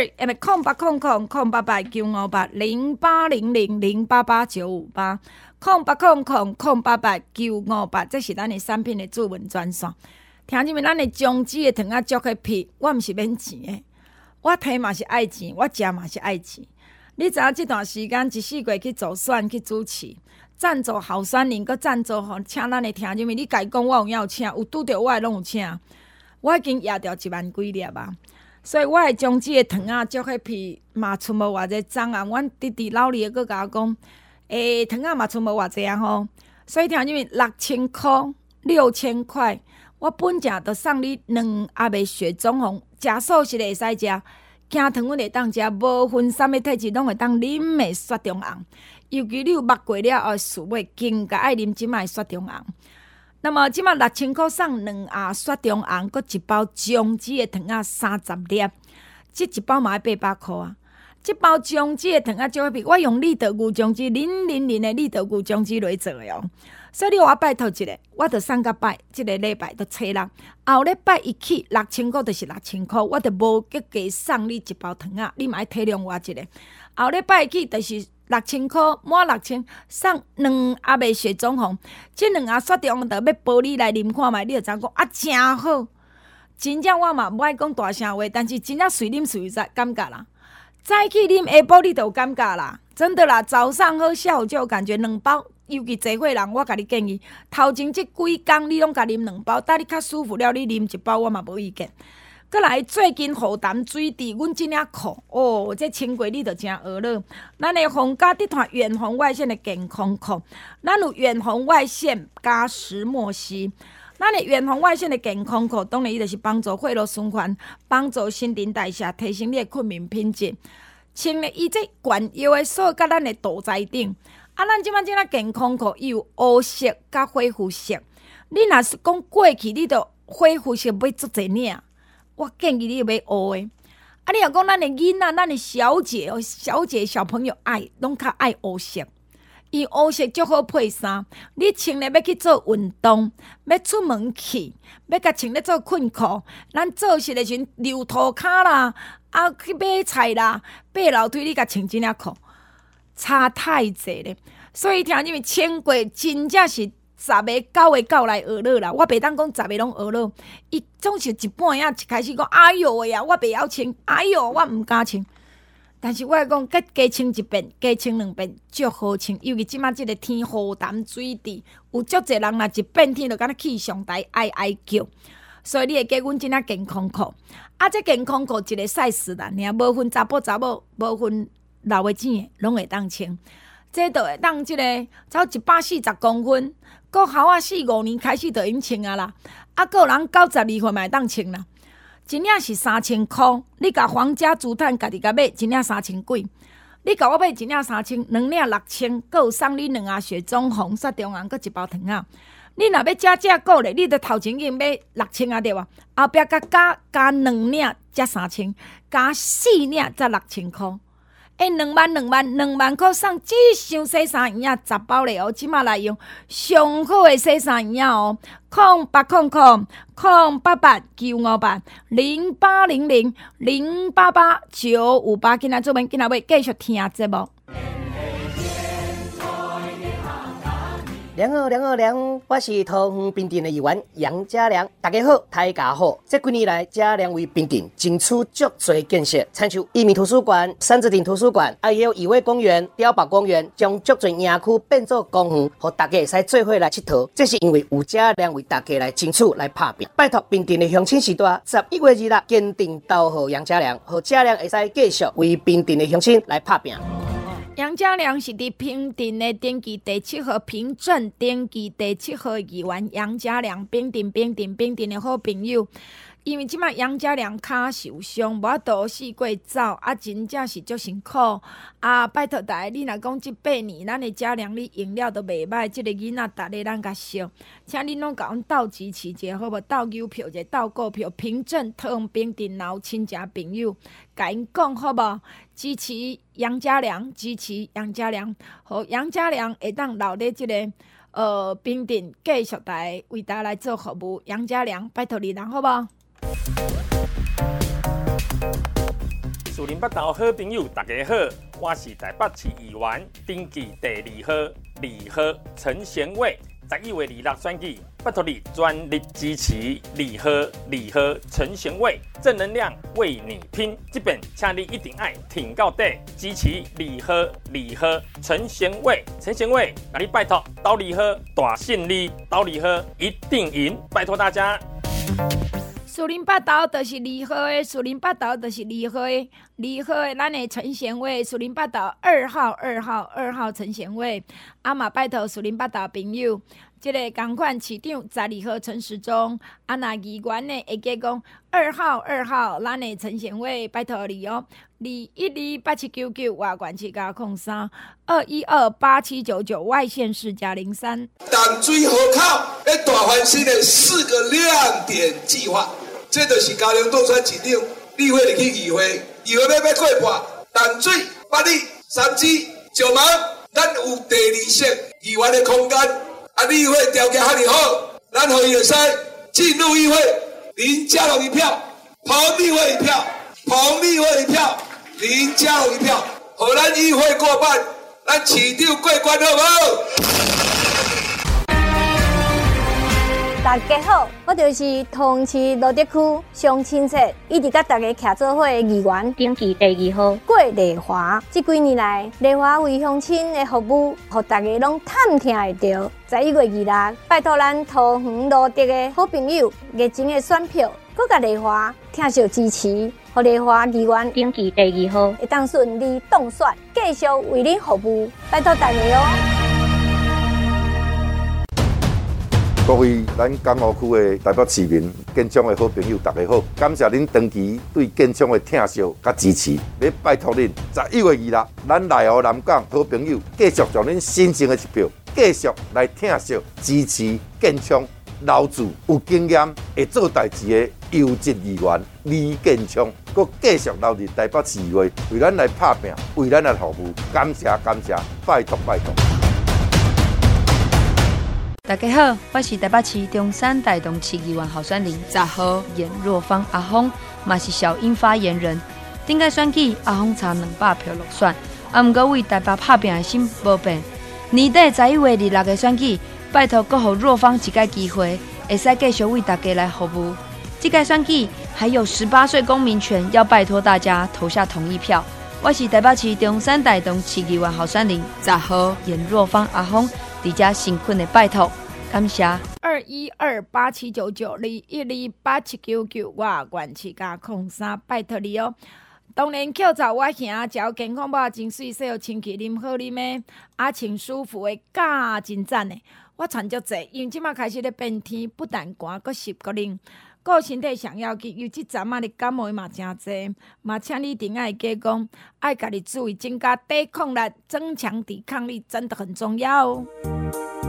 [SPEAKER 2] 0800-958-958-0880-088-958，这是咱的产品的主文专线。听见没？咱的中脂的糖仔足去皮，我毋是免钱的，我摕嘛是爱钱，我食嘛是爱钱。你知影这段时间一4月去做选去主持，赞助候选人，佮赞助吼，请咱的听众们，你家己讲我有影有请，有拄着我的拢有请，我已经压掉1万几粒啊！所以我会将这个糖仔足去皮嘛，出无偌济涨啊！阮弟弟老李个甲我讲，糖仔嘛出无偌济啊吼，所以听众们6000块、6000块，我本正就送你2阿妹雪中红，食素食会使食。惊糖阮会当食，无分啥物体质，拢会当啉的雪中红。尤其你有捌过了后，事尾更加爱啉即卖雪中红。那么即卖6000块送2盒雪中红，佮1包姜子的糖仔30粒，即1包嘛要800块啊！即包姜子的糖仔就我用立德牛姜子000的立德牛姜子来做的哦。所以你我拜托一个，我就送到拜，即个礼拜就初六，后礼拜一起6000块就是6000块，我就无再加送你1包糖仔，你嘛要体谅我一个。后礼拜一起就是6000块，满6000送2盒的雪中红，即2盒雪中红就要包你来啉看卖，你就知影讲真好。真正我嘛无爱讲大声话，但是真正随啉随感觉啦。早起啉下晡你就有感觉啦，真的啦，早上喝下午就有感觉，2包。尤其侪岁人，我甲你建议，头前即几工你拢甲啉2包，等你较舒服了，你啉1包我嘛无意见。过来最近护淡水滴，阮真领酷哦，这穿过你就真学了。咱的皇家集团远红外线的健康裤，咱有远红外线加石墨烯。咱的远红外线的健康裤，当然伊就是帮助血液循环，帮助新陈代谢，提升你的睡眠品质。穿了伊这原药的锁甲咱的肚脐顶。咱即摆即个健康裤有黑色甲恢复色。你若是讲过去，你着恢复色买足侪领，我建议你买黑的。你若讲咱的囡仔、咱的小姐小朋友爱，拢较爱黑色。伊黑色足好配衫，你穿了要去做运动，要出门去，要甲穿咧做困裤，咱做事的时阵溜涂骹啦，去买菜啦，爬楼梯你甲穿即领裤。差太济咧，所以听你们千过真正是10个9个9来学了啦。我袂当讲10个拢学了，伊总是一半仔一开始讲，哎哟喂呀，我袂晓穿，哎哟，我毋敢穿。但是我讲，加穿1遍，加穿2遍，足好穿。尤其即马即个天雨淡水滴，有足侪人若一变天就敢若气上台哀叫。所以你会加阮即领健康裤，这健康裤一个size啦，尔无分查甫查某，无分。 老的钱拢会当穿。这就会当走140公分，搁校啊4-5年开始就用穿啊啦。啊，个人92岁嘛会当穿啦。一领是3000块，你甲皇家竹炭家己甲买，一领3000几。你甲我买一领3000，两领6000，搁有送你2盒雪中红雪中红，搁一包糖仔。你若要加购咧，你着头前已经买6000啊，对无？后壁加2领才3000，加4领才6000块。2万块送只箱洗衫液10包咧哦，即马来用上好的洗衫液哦，0800-0898-0800-088958，今仔做门，今仔要继续听节目。
[SPEAKER 7] 凉，我是桃园冰镇的议员杨家良。大家好，大家好。这几年来，家良为冰镇争取足多建设，参像一民图书馆、三字亭图书馆，也有义威公园、碉堡公园，将足多园区变作公园，让大家会使做伙来佚佗。这是因为有家良为大家来争取来打拼。拜托冰镇的乡亲时代，11月2日坚定投予杨家良，让家良会使继续为冰镇的乡亲来打拼。
[SPEAKER 2] 杨家良是伫平镇的登记第7号，平镇登记第7号议员杨家良，平镇的好朋友。因为即摆杨家良骹受伤，无法度四过走，真正是足辛苦。拜托大家，你若讲即8年，咱的家良你用了都袂歹，即个囡仔逐日咱甲笑，请恁拢甲阮斗支持者，好无？斗邮票者，斗股票，平镇桃园平镇老亲戚朋友，甲因讲好无？支持杨家良，支持杨家良，互杨家良会当留咧即个平镇继续来为大家来做服务。杨家良，拜托你人好无？
[SPEAKER 5] 树林北投好朋友，大家好，我是台北市议员登记第2號陳賢偉。11月26選舉，拜托你全力支持2號陳賢偉，正能量為你拼。這邊請你一定愛挺到底，支持2號陳賢偉。陳賢偉，那你拜托投2號大勝利，投2號一定贏，拜托大家。
[SPEAKER 2] 樹林北投就是2號的，樹林北投就是2號的，2號的咱的陳賢偉，樹林北投2號陳賢偉，嘛拜托樹林北投朋友，即個同款市長12號陳時中，若議員呢會記講2號咱的陳賢偉，拜托你哦，2128799外縣市加03 2128799外縣市加03。
[SPEAKER 8] 淡水河口在大翻新的4個亮點計劃。这就是高雄当选市长，立会入去議會，議會要過半，淡水、八里、三芝、石門，咱有第2席議員的空間。立會條件遐尼好，咱可以會使進入議會，林佳龍1票，彭立會1票，彭立會1票，林佳龍1票，互咱議會過半，咱市長過關好無？
[SPEAKER 9] 大家好，我就是桃園市羅德區上親切，一直甲大家徛做伙的議員登記第2號郭麗華。這幾年來，麗華為鄉親的服務，讓大家攏探聽會到。11月2日，拜託咱桃園羅德的好朋友熱情的選票，佮甲麗華聽受支持，讓麗華議員登記第2號會當順利當選，繼續為恁服務。拜託大家哦。
[SPEAKER 10] 各位咱港澳區的台北市民、建昌的好朋友，大家好！感謝恁長期對建昌的疼惜甲支持，要拜託恁11月2日，咱內湖南港好朋友繼續將恁新增的一票，繼續來疼惜支持建昌老字有經驗、會做代志的優質議員李建昌，佮繼續留入台北市議會，為咱來拍拼，為咱來服務。感謝，拜託。
[SPEAKER 11] 大家好，我是台北市中山台東市議員候選人10號顏若芳阿峰，嘛是小英發言人。頂個選舉阿峰差200票落選，毋過為台北拍拼的心無變。年底11月26日的選舉，拜託閣予若芳一個機會，會使繼續為大家來服務。這個選舉還有18歲公民權，要拜託大家投下同意票。我是台北市中山台東市議員候選人10號顏若芳阿峰。伫遮辛苦的拜託，感謝。
[SPEAKER 2] 2128799 2128799外縣市加03，拜託你哦。 当然口罩我行，食健康饱，真水洗，清气啉好啉的，穿舒服的，假真赞的。我穿足济，因为即马开始咧变天，不但寒，阁湿阁冷，顾身体上要紧。尤其阵仔咧感冒嘛真济，嘛请你顶爱加讲，爱家己注意，增加抵抗力，增强抵抗力，真的很重要哦。